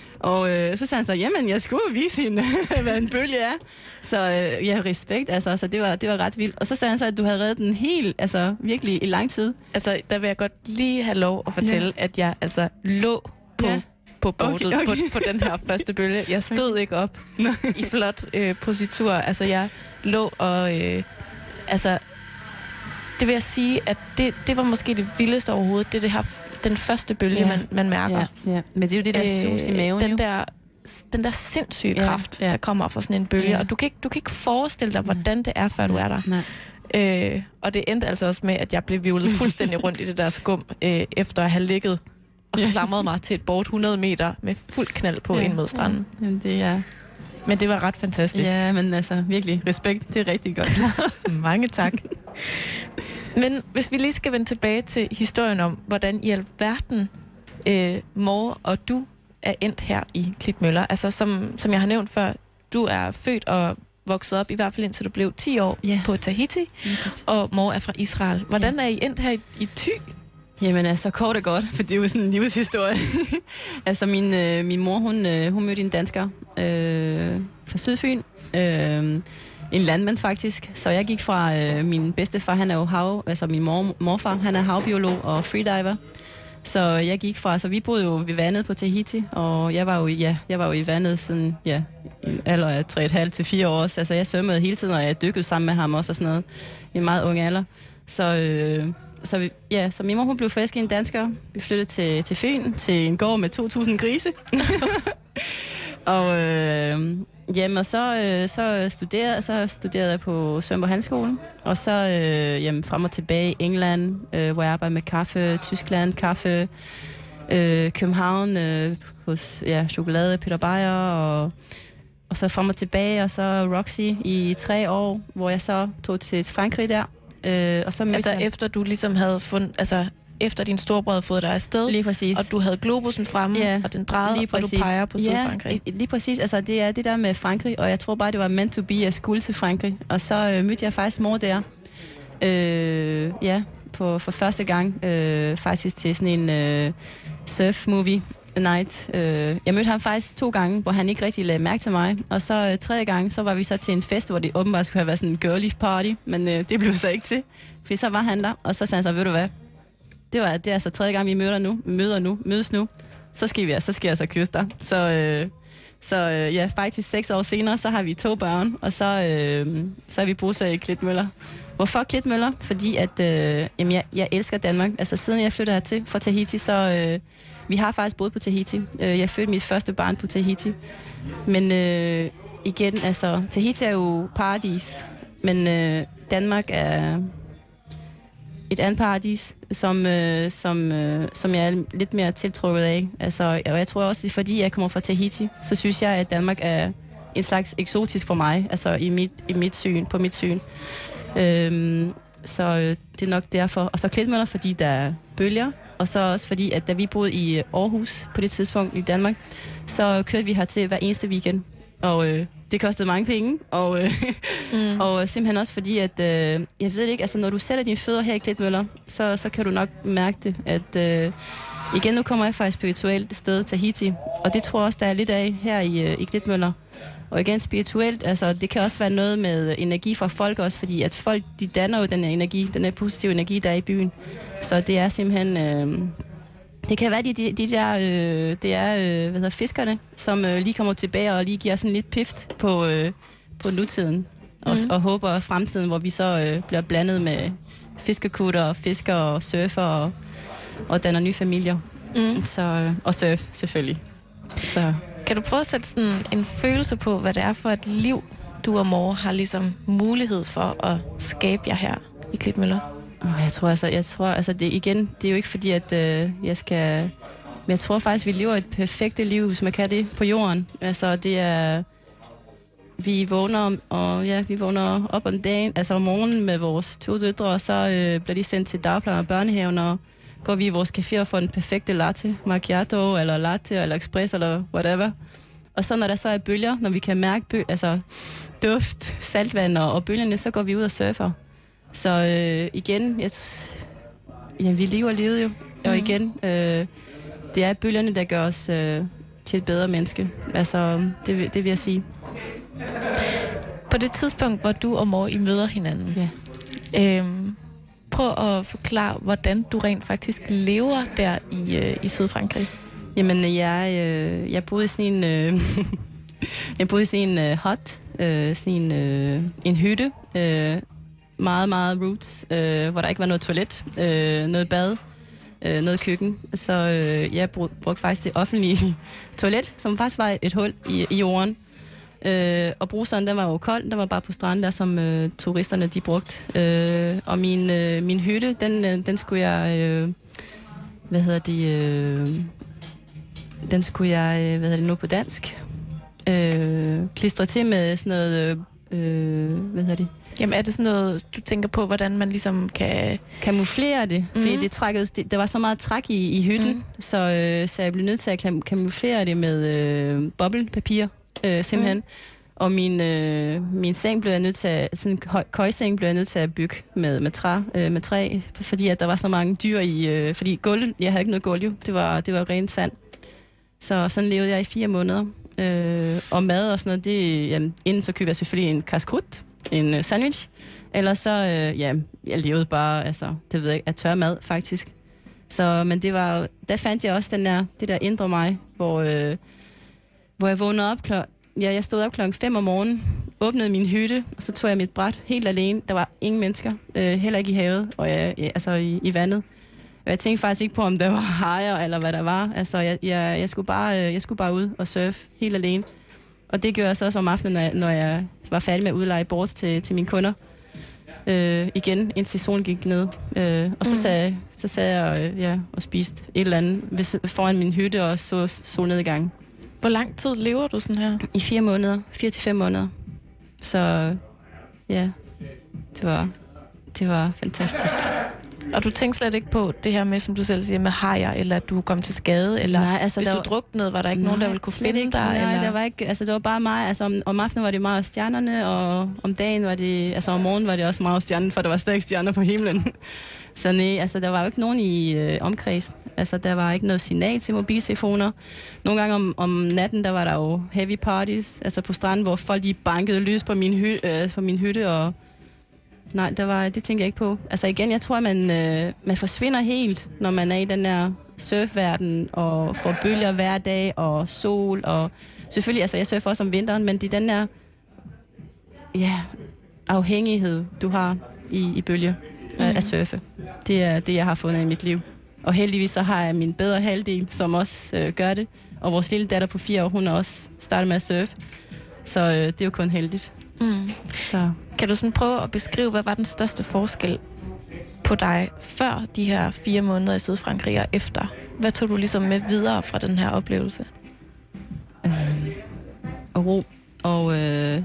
Og øh, så sagde han så, jamen, jeg skulle vise hende, hvad en bølge er. Så øh, ja, respekt, altså, så det var, det var ret vildt. Og så sagde han så, at du havde reddet den helt, altså virkelig i lang tid. Altså, der vil jeg godt lige have lov at fortælle, ja. at jeg altså lå på, ja. på bordet okay, okay. På, på den her første bølge. Jeg stod okay. ikke op i flot øh, positur. Altså, jeg lå og... Øh, altså, det vil jeg sige, at det, det var måske det vildeste overhovedet. Det er det her... Den første bølge, ja. man, man mærker. Ja, ja. Men det er jo det der sus i maven. Den der, den der sindssyge ja, kraft, ja. der kommer fra sådan en bølge. Ja. Og du kan, ikke, du kan ikke forestille dig, hvordan det er, før du er der. Nej. Øh, og det endte altså også med, at jeg blev vivlet fuldstændig rundt i det der skum, øh, efter at have ligget og klamret mig til et board hundrede meter med fuld knald på ja. ind mod stranden. Ja. Jamen, det er... Men det var ret fantastisk. Ja, men altså virkelig respekt. Det er rigtig godt. Mange tak. Men hvis vi lige skal vende tilbage til historien om, hvordan i alverden øh, mor og du er endt her i Klitmøller. Altså som, som jeg har nævnt før, du er født og vokset op, i hvert fald indtil du blev ti år, yeah. på Tahiti, yes. og mor er fra Israel. Hvordan yeah. er I endt her i, i Thy? Jamen altså, kort og godt, for det er jo sådan en livshistorie. altså, min, øh, min mor, hun, øh, hun mødte en dansker øh, fra Sydfyn. Øh, en landmand faktisk. Så jeg gik fra øh, min bedstefar, han er jo hav, altså min mor, morfar, han er havbiolog og freediver. Så jeg gik fra, så vi boede jo ved vandet på Tahiti, og jeg var jo, ja, jeg var jo i vandet siden, ja, i en alder af tre komma fem til fire år. Altså, jeg svømmede hele tiden, og jeg dykkede sammen med ham også og sådan noget, i en meget ung alder. Så... Øh, Så, vi, ja, så min mor, hun blev forelsket i en dansker. Vi flyttede til, til Fyn, til en gård med to tusind grise. og, øh, jamen, og så, øh, så, studerede, så studerede jeg på Svendborg Handelsskolen. Og så øh, jamen, frem og tilbage i England, øh, hvor jeg arbejdede med kaffe, Tyskland, kaffe, øh, København, øh, hos ja, chokolade, Peter Beyer, og, og så frem og tilbage, og så Roxy i tre år, hvor jeg så tog til Frankrig der. Øh, og så altså jeg... efter du ligesom havde fundet, altså efter din storebror havde fået dig afsted, lige præcis. Og du havde globusen fremme, ja, og den drejede, og du peger på Sydfrankrig. Ja, lige præcis. Altså det er det der med Frankrig, og jeg tror bare, det var meant to be, at jeg skulle til Frankrig. Og så øh, mødte jeg faktisk mor der, øh, ja, på, for første gang, øh, faktisk til sådan en øh, surf-movie night. Øh, jeg mødte ham faktisk to gange, hvor han ikke rigtig lagde mærke til mig. Og så øh, tredje gang, så var vi så til en fest, hvor det åbenbart skulle have været sådan en girly party, men øh, det blev så ikke til. Fordi så var han der, og så sagde han så, ved du hvad, det, var, det er altså tredje gang, vi møder nu, vi møder nu, mødes nu, så skal vi, så skal jeg så kysse dig. Så, øh, så øh, ja, faktisk seks år senere, så har vi to børn, og så, øh, så er vi bosat i Klitmøller. Hvorfor Klitmøller? Fordi at, øh, jamen, jeg, jeg elsker Danmark. Altså siden jeg flyttede hertil fra Tahiti, så øh, vi har faktisk boet på Tahiti. Jeg fødte mit første barn på Tahiti. Men øh, igen, altså, Tahiti er jo paradis, men øh, Danmark er et andet paradis, som, øh, som, øh, som jeg er lidt mere tiltrukket af. Altså, og jeg tror også, det er fordi, jeg kommer fra Tahiti, så synes jeg, at Danmark er en slags eksotisk for mig, altså i mit, i mit syn, på mit syn. Øhm, så øh, det er nok derfor. Og så Klitmøller, fordi der er bølger, og så også fordi, at da vi boede i Aarhus på det tidspunkt i Danmark, så kørte vi hertil hver eneste weekend. Og øh, det kostede mange penge, og, øh, mm. og simpelthen også fordi, at øh, jeg ved ikke, altså når du sætter dine fødder her i Klitmøller, så, så kan du nok mærke det, at øh, igen, nu kommer jeg fra et spirituelt sted, Tahiti, og det tror jeg også, der er lidt af her i, øh, i Klitmøller. Og igen, spirituelt, altså det kan også være noget med energi fra folk også, fordi at folk, de danner jo den her energi, den her positive energi, der er i byen. Så det er simpelthen... Øh, det kan være de, de, de der, øh, det er, øh, hvad hedder, fiskerne, som øh, lige kommer tilbage og lige giver sådan lidt pift på, øh, på nutiden. Og, mm. og håber fremtiden, hvor vi så øh, bliver blandet med fiskekutter, fisker og surfer og, og danner nye familier. Mm. Så, øh, og surf, selvfølgelig. Så... Kan du prøve at sætte sådan en følelse på, hvad det er for et liv, du og mor har ligesom mulighed for at skabe jer her i Klitmøller? Jeg tror altså, jeg tror altså det igen, det er jo ikke fordi at øh, jeg skal, men jeg tror faktisk vi lever et perfekte liv, hvis man kan det på jorden. Altså det er, vi vågner og ja, vi vågner op om dagen, altså om morgenen med vores to døtre, og så øh, bliver de sendt til dagplejen og børnehaven, og går vi i vores café og får den perfekte latte, macchiato eller latte eller espresso eller whatever. Og så når der så er bølger, når vi kan mærke bø- altså duft, saltvand og, og bølgerne, så går vi ud og surfer. Så øh, igen, jeg t- ja, vi lever livet jo. Og mm. igen, øh, det er bølgerne, der gør os øh, til et bedre menneske. Altså, det, det vil jeg sige. På det tidspunkt, hvor du og mor I møder hinanden, ja. øhm, prøv at forklare, hvordan du rent faktisk lever der i, øh, i Sydfrankrig. Jamen, jeg, øh, jeg boede i sådan en, øh, jeg boede i sådan en øh, hut, øh, sådan en, øh, en hytte, øh, meget, meget roots, øh, hvor der ikke var noget toilet, øh, noget bad, øh, noget køkken. Så øh, jeg brug, brugte faktisk det offentlige toilet, som faktisk var et hul i, i jorden. Øh, og bruseren, den var jo kold, den var bare på stranden der, som øh, turisterne de brugte. Øh, og min, øh, min hytte, den, øh, den skulle jeg, øh, hvad hedder det, øh, den skulle jeg, øh, hvad hedder det nu på dansk, øh, klistre til med sådan noget, øh, hvad hedder det? Jamen er det sådan noget, du tænker på, hvordan man ligesom kan... Kamuflere det, mm. fordi det trækkede, det, der var så meget træk i, i hytten, mm. så, øh, så jeg blev nødt til at kamuflere det med øh, bobbelpapir, øh, simpelthen. Mm. Og min, øh, min seng blev jeg nødt til at, sådan en køjeseng blev jeg nødt til at bygge med, med, træ, øh, med træ, fordi at der var så mange dyr i, øh, fordi gulv, jeg havde ikke noget gulv, det var, det var rent sand. Så sådan levede jeg i fire måneder. Øh, og mad og sådan noget, det, jamen, inden så købte jeg selvfølgelig en kaskrut, en uh, sandwich, eller så, øh, ja, jeg levede bare, altså, det ved jeg ikke, af tør mad, faktisk. Så, men det var, der fandt jeg også den der, det der indre mig, hvor, øh, hvor jeg vågnede op klokken, ja, jeg stod op klokken fem om morgenen, åbnede min hytte, og så tog jeg mit bræt helt alene. Der var ingen mennesker, øh, heller ikke i havet, og jeg, altså i, i vandet. Og jeg tænkte faktisk ikke på, om der var hajer, eller hvad der var. Altså, jeg, jeg, jeg, skulle bare, øh, jeg skulle bare ud og surfe helt alene. Og det gjorde jeg så også om aftenen, når jeg, når jeg var færdig med at udleje boards til, til mine kunder. Øh, igen, indtil solen gik ned. Øh, og så, mm. sad, så sad jeg øh, ja, og spiste et eller andet ved, foran min hytte og så solnedgang. Hvor lang tid lever du sådan her? I fire måneder. Fire til fem måneder. Så ja, det var, det var fantastisk. Og du tænkte slet ikke på det her med, som du selv siger, med hajer, eller at du kom til skade, eller nej, altså, hvis der du var... druknede, var der ikke nej, nogen, der ville kunne finde ikke. dig? Nej, eller? der var ikke, altså det var bare mig, altså om, om aftenen var det meget stjernerne, og om dagen var det, altså om morgenen var det også meget stjernen, for der var stadig stjerner på himlen. Så nej, altså der var jo ikke nogen i øh, omkredsen, altså der var ikke noget signal til mobiltelefoner. Nogle gange om, om natten, der var der jo heavy parties, altså på stranden, hvor folk de bankede lys på min, hy, øh, på min hytte, og nej, der var, det tænkte jeg ikke på. Altså igen, jeg tror, at man, øh, man forsvinder helt, når man er i den der surfverden, og får bølger hver dag, og sol, og selvfølgelig, altså jeg surfer også om vinteren, men det er den der, ja, afhængighed, du har i, i bølger mm. af, af surfe. Det er det, jeg har fundet i mit liv. Og heldigvis så har jeg min bedre halvdel, som også øh, gør det, og vores lille datter på fire år, hun har også startet med at surfe. Så øh, det er jo kun heldigt. Mm. Så. Kan du sådan prøve at beskrive, hvad var den største forskel på dig før de her fire måneder i Sydfrankrig og efter? Hvad tog du ligesom med videre fra den her oplevelse? Øh, og ro, og øh,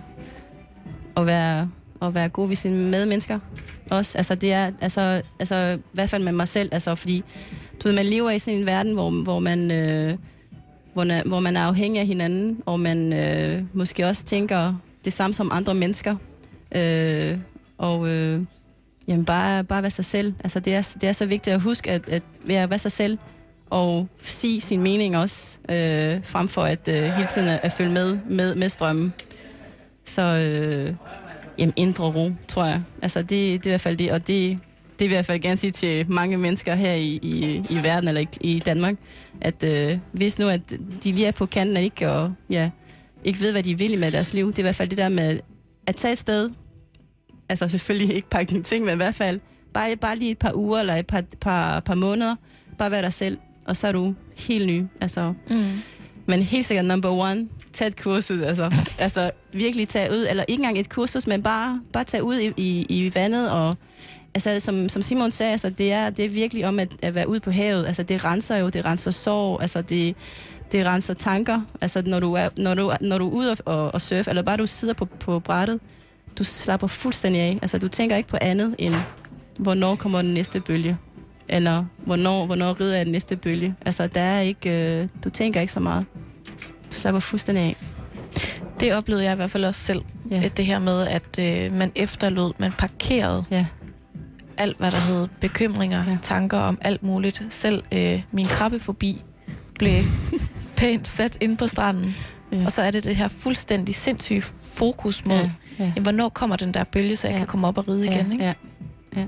at være, at være god ved sine medmennesker også. Altså det er, altså, altså i hvert fald med mig selv, altså fordi du ved, man lever i sådan en verden, hvor, hvor man... Øh, hvor, hvor man er afhængig af hinanden, og man øh, måske også tænker det samme som andre mennesker. Øh, og øh, jamen bare, bare være sig selv. Altså det er, det er så vigtigt at huske at, at være, være sig selv, og sige sin mening også, øh, frem for at øh, hele tiden at følge med, med, med strømmen. Så øh, jamen, indre ro, tror jeg. Altså det, det er i hvert fald det, og det det vil jeg i hvert fald gerne sige til mange mennesker her i, i, i verden, eller i, i Danmark, at øh, hvis nu, at de lige er på kanten og ikke, og, ja, ikke ved, hvad de vil med deres liv, det er i hvert fald det der med at tage et sted, altså selvfølgelig ikke pakke dine ting, men i hvert fald bare, bare lige et par uger, eller et par, par, par måneder, bare være dig selv, og så er du helt ny. Altså, mm. Men helt sikkert number one, tag et kursus, altså, altså virkelig tage ud, eller ikke engang et kursus, men bare, bare tage ud i, i, i vandet, og altså, som, som Simon sagde, altså, det, er, det er virkelig om at, at være ude på havet. Altså, det renser jo, det renser sorg, altså, det, det renser tanker. Altså, når du er, når du, når du er ude og, og surfer, eller bare du sidder på, på brættet, du slapper fuldstændig af. Altså, du tænker ikke på andet end, hvornår kommer den næste bølge. Eller, hvornår, hvornår rider jeg den næste bølge. Altså, der er ikke, øh, du tænker ikke så meget. Du slapper fuldstændig af. Det oplevede jeg i hvert fald også selv. Ja. Det her med, at øh, man efterlod, man parkerede. Ja. Alt, hvad der hed bekymringer, ja. tanker om alt muligt. Selv øh, min krabbefobi blev pænt sat inde på stranden. Ja. Og så er det det her fuldstændig sindssyge fokus mod, ja. Ja. Jamen, hvornår kommer den der bølge, så jeg ja. kan komme op og ride ja. igen. Ikke? Ja. Ja.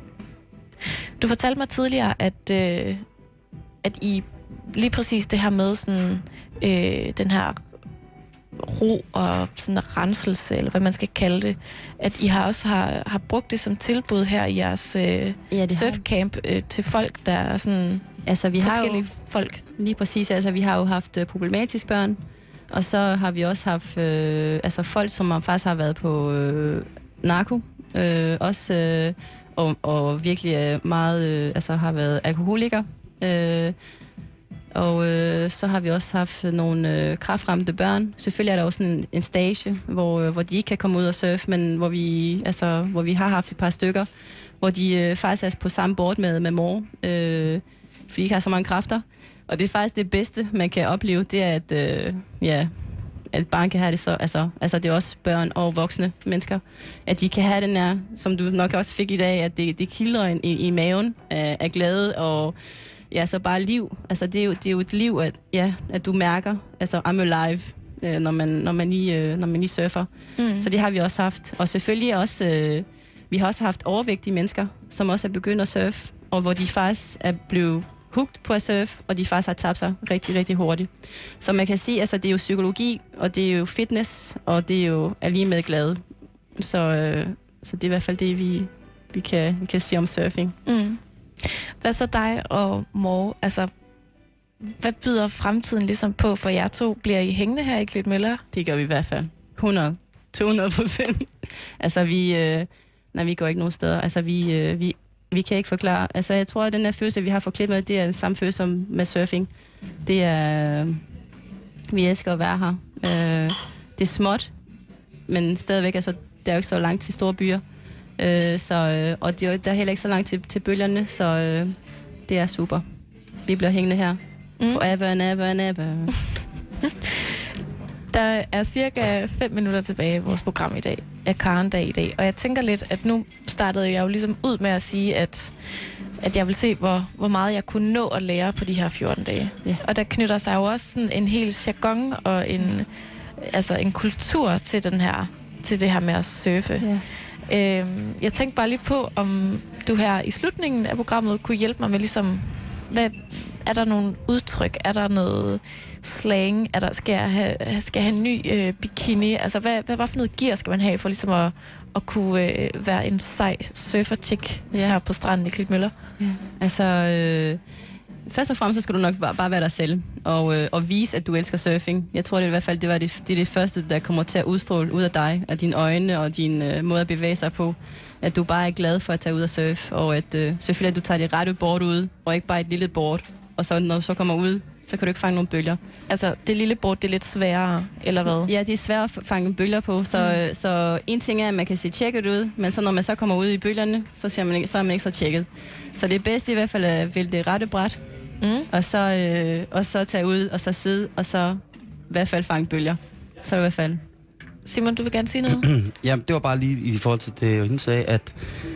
Du fortalte mig tidligere, at, øh, at I lige præcis det her med sådan, øh, den her ro og sådan renselse, eller hvad man skal kalde det, at I har også har, har brugt det som tilbud her i jeres øh, ja, surfcamp øh, til folk, der er sådan altså, vi forskellige har jo, folk. Lige præcis, altså vi har jo haft øh, problematiske børn, og så har vi også haft øh, altså folk, som faktisk har været på øh, narko, øh, også øh, og, og virkelig øh, meget, øh, altså har været alkoholiker, øh, og øh, så har vi også haft nogle øh, kræftramte børn. Selvfølgelig er der også en, en stage, hvor, øh, hvor de ikke kan komme ud og surfe, men hvor vi, altså, hvor vi har haft et par stykker, hvor de øh, faktisk er på samme board med, med mor, øh, fordi de ikke har så mange kræfter. Og det er faktisk det bedste, man kan opleve, det er, at, øh, ja, at barn kan have det så, altså, altså det er også børn og voksne mennesker, at de kan have den her, som du nok også fik i dag, at det, det kilder i, i maven af, af glæde, og ja, så bare liv. Altså det er jo, det er jo et liv, at, ja, at du mærker, altså I'm alive, øh, når, man, når, man lige, øh, når man lige surfer. Mm. Så det har vi også haft. Og selvfølgelig også, øh, vi har også haft overvægtige mennesker, som også er begyndt at surfe, og hvor de faktisk er blevet hooked på at surfe, og de faktisk har tabt sig rigtig, rigtig hurtigt. Så man kan sige, altså det er jo psykologi, og det er jo fitness, og det er jo er lige med glade. Så, øh, så det er i hvert fald det, vi, vi, kan, vi kan sige om surfing. Mm. Hvad så dig og Mor? Altså, hvad byder fremtiden ligesom på for jer to? Bliver I hængende her i Klitmøller? Det gør vi i hvert fald. hundrede, to hundrede procent. Altså vi, øh, nej, vi går ikke nogen steder. Altså vi, øh, vi Vi kan ikke forklare. Altså, jeg tror, at den her følelse, vi har for Klitmøller, det er den samme følelse som med surfing. Det er... Vi elsker at være her. Øh, det er småt, men stadigvæk, altså, der er jo ikke så langt til store byer. Øh, så, øh, og det er, der er heller ikke så langt til, til bølgerne, så øh, det er super. Vi bliver hængende her. Mm. Forever and ever and ever. Der er cirka fem minutter tilbage i vores program i dag, af Karen-dag i dag, og jeg tænker lidt, at nu startede jeg jo ligesom ud med at sige, at, at jeg vil se, hvor, hvor meget jeg kunne nå at lære på de her fjorten dage. Ja. Og der knytter sig jo også sådan en hel jargon og en, altså en kultur til, den her, til det her med at surfe. Ja. Øhm, jeg tænkte bare lige på, om du her i slutningen af programmet kunne hjælpe mig med ligesom, hvad, er der nogle udtryk, er der noget slang, er der, skal jeg have, skal jeg have en ny øh, bikini? Altså, hvad, hvad, hvad for noget gear skal man have for ligesom at, at kunne øh, være en sej surfer-chick ja. her på stranden i Klitmøller? Ja. Altså, øh, først og fremmest så skal du nok bare, bare være dig selv, og, øh, og vise, at du elsker surfing. Jeg tror det i hvert fald, det var det, det, er det første, der kommer til at udstråle ud af dig, af dine øjne og din øh, måde at bevæge sig på. At du bare er glad for at tage ud og surfe, og at øh, selvfølgelig, at du tager det rette board ud, og ikke bare et lille board. Og så når du så kommer ud, så kan du ikke fange nogle bølger. Altså, det lille board, det er lidt sværere, eller hvad? Ja, det er svært at fange bølger på. Så, mm. så en ting er, at man kan se tjekket ud, men så når man så kommer ud i bølgerne, så, ser man ikke, så er man ikke så tjekket. Så det bedste i hvert fald er at vælge det rette bræt, mm. og, så, øh, og så tage ud, og så sidde, og så i hvert fald fange bølger. Så er det i hvert fald. Simon, du vil gerne sige noget? Ja, det var bare lige i forhold til det, hun sagde, at,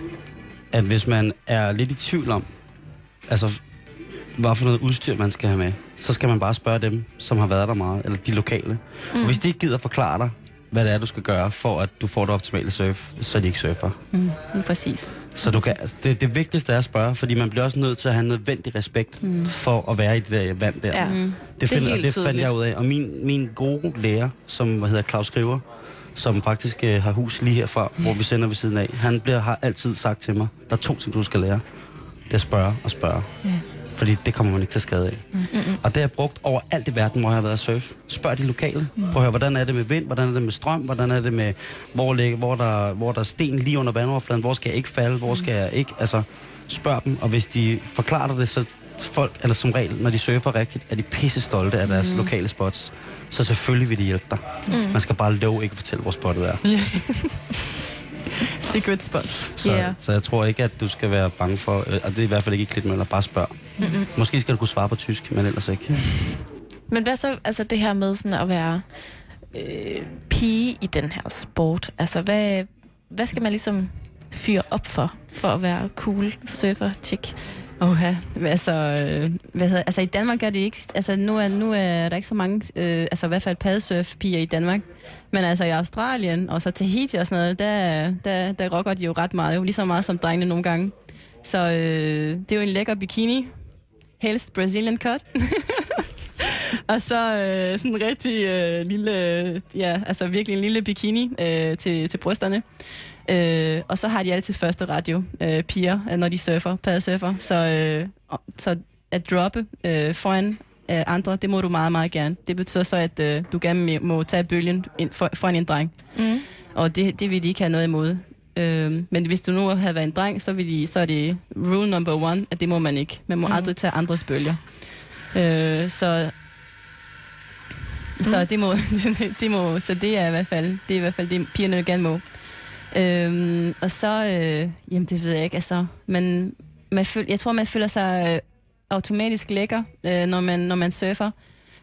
at hvis man er lidt i tvivl om, altså hvad for noget udstyr man skal have med, så skal man bare spørge dem, som har været der meget, eller de lokale. Mm. Og hvis de ikke gider forklare dig, hvad det er, du skal gøre, for at du får det optimale surf, så er de ikke surfer. Mm, præcis. Så du kan, det, det vigtigste er at spørge, fordi man bliver også nødt til at have nødvendig respekt mm. for at være i det der vand der. Ja. Mm. Det, find, det, det fandt jeg ud af. Og min, min gode lærer, som hvad hedder Claus Skriver, som faktisk øh, har hus lige herfra, hvor vi sender ved siden af, han bliver, har altid sagt til mig, der er to ting, du skal lære. Det er at spørge og spørge. Yeah. Fordi det kommer man ikke til skade af. Mm-hmm. Og det har jeg brugt over alt i verden, hvor jeg har været at surfe. Spørg de lokale. Mm. Prøv at høre, hvordan er det med vind, hvordan er det med strøm, hvordan er det med, hvor, ligger, hvor, der, hvor der er sten lige under vandoverfladen, hvor skal jeg ikke falde, hvor skal jeg ikke, altså spørg dem, og hvis de forklarer dig det, så folk, eller som regel, når de surfer rigtigt, er de pisse stolte af deres mm. lokale spots. Så selvfølgelig vil de hjælpe dig. Mm. Man skal bare love ikke at fortælle, hvor spottet er. Secret spot. Så, yeah. så jeg tror ikke, at du skal være bange for, og det er i hvert fald ikke i Klitmøller, bare spørg. Mm-hmm. Måske skal du kunne svare på tysk, men ellers ikke. Men hvad så, altså det her med sådan at være øh, pige i den her sport? Altså hvad, hvad skal man ligesom fyre op for, for at være cool surfer-chick? Oha, altså, øh, hvad hedder, altså i Danmark er det ikke, altså nu er, nu er der ikke så mange, øh, altså i hvert fald paddesurf-piger i Danmark, men altså i Australien og så Tahiti og sådan noget, der, der, der rocker de jo ret meget, jo lige så meget som drengene nogle gange. Så øh, det er jo en lækker bikini, helst Brazilian cut. Og så øh, sådan en rigtig øh, lille, ja, altså virkelig en lille bikini øh, til, til brysterne. Øh, og så har de altid første radio, øh, piger, når de surfer, paddesurfer. Så, øh, så at droppe øh, foran øh, andre, det må du meget, meget gerne. Det betyder så, at øh, du gerne må tage bølgen ind for, foran en dreng. Mm. Og det, det vil de ikke have noget imod. Øh, men hvis du nu havde været en dreng, så, vil de, så er det rule number one, at det må man ikke. Man må mm. aldrig tage andres bølger. Øh, så... Mm. Så det må, det må, så det er i hvert fald, det er i hvert fald det pigerne gerne må. Øhm, og så, øh, jamen det ved jeg ikke, altså, men man føl, jeg tror man føler sig øh, automatisk lækker, øh, når man når man surfer.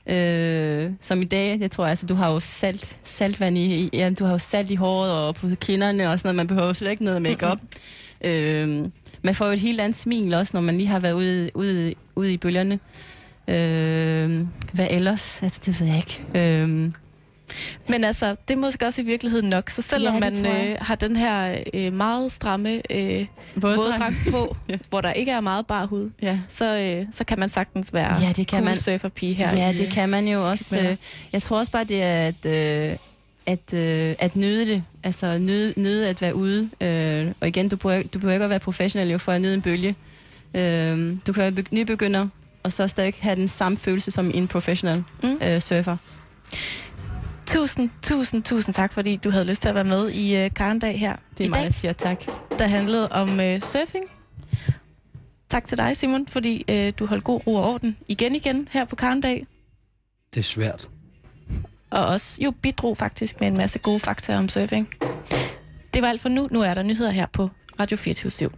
Øh, som i dag, jeg tror, altså, du har jo salt, saltvand i, ja, du har jo salt i håret og på kinderne og sådan noget. Man behøver slet ikke noget make-up. øh, man får jo et helt andet smil også, når man lige har været ude, ude, ude i bølgerne. Øh, hvad ellers? Altså, det ved jeg ikke. Øh, Men altså, det er måske også i virkeligheden nok. Så selvom Ja, man det tror jeg. øh, har den her øh, meget stramme øh, våddragt på, Ja. hvor der ikke er meget bar hud, ja. så, øh, så kan man sagtens være Ja, det kan cool man. surferpige her. Ja, i, det kan man jo også. Kibella. Øh, jeg tror også bare, det er at, øh, at, øh, at nyde det. Altså nyde, nyde at være ude. Øh, og igen, du behøver, du behøver ikke at være professionel jo, for at nyde en bølge. Øh, du kan være be- nybegynder, og så stadig have den samme følelse som en professional Mm. øh, surfer. Tusind, tusind, tusind tak, fordi du havde lyst til at være med i øh, Karendag her Det er i mig, dag, der siger tak. der handlede om øh, surfing. Tak til dig, Simon, fordi øh, du holdt god ro og orden igen igen her på Karendag. Det er svært. Og også jo bidrog faktisk med en masse gode fakta om surfing. Det var alt for nu. Nu er der nyheder her på Radio fireogtyve syv.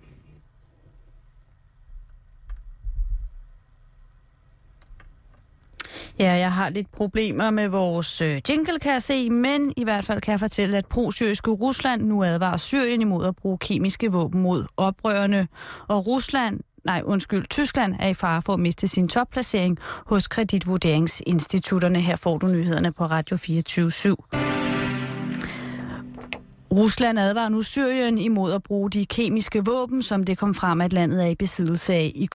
Ja, jeg har lidt problemer med vores øh, jingle, kan jeg se, men i hvert fald kan jeg fortælle, at pro-syriske Rusland nu advarer Syrien imod at bruge kemiske våben mod oprørerne. Og Rusland, nej undskyld, Tyskland er i fare for at miste sin topplacering hos kreditvurderingsinstitutterne. Her får du nyhederne på Radio fireogtyve syv. Rusland advarer nu Syrien imod at bruge de kemiske våben, som det kom frem, at landet er i besiddelse af i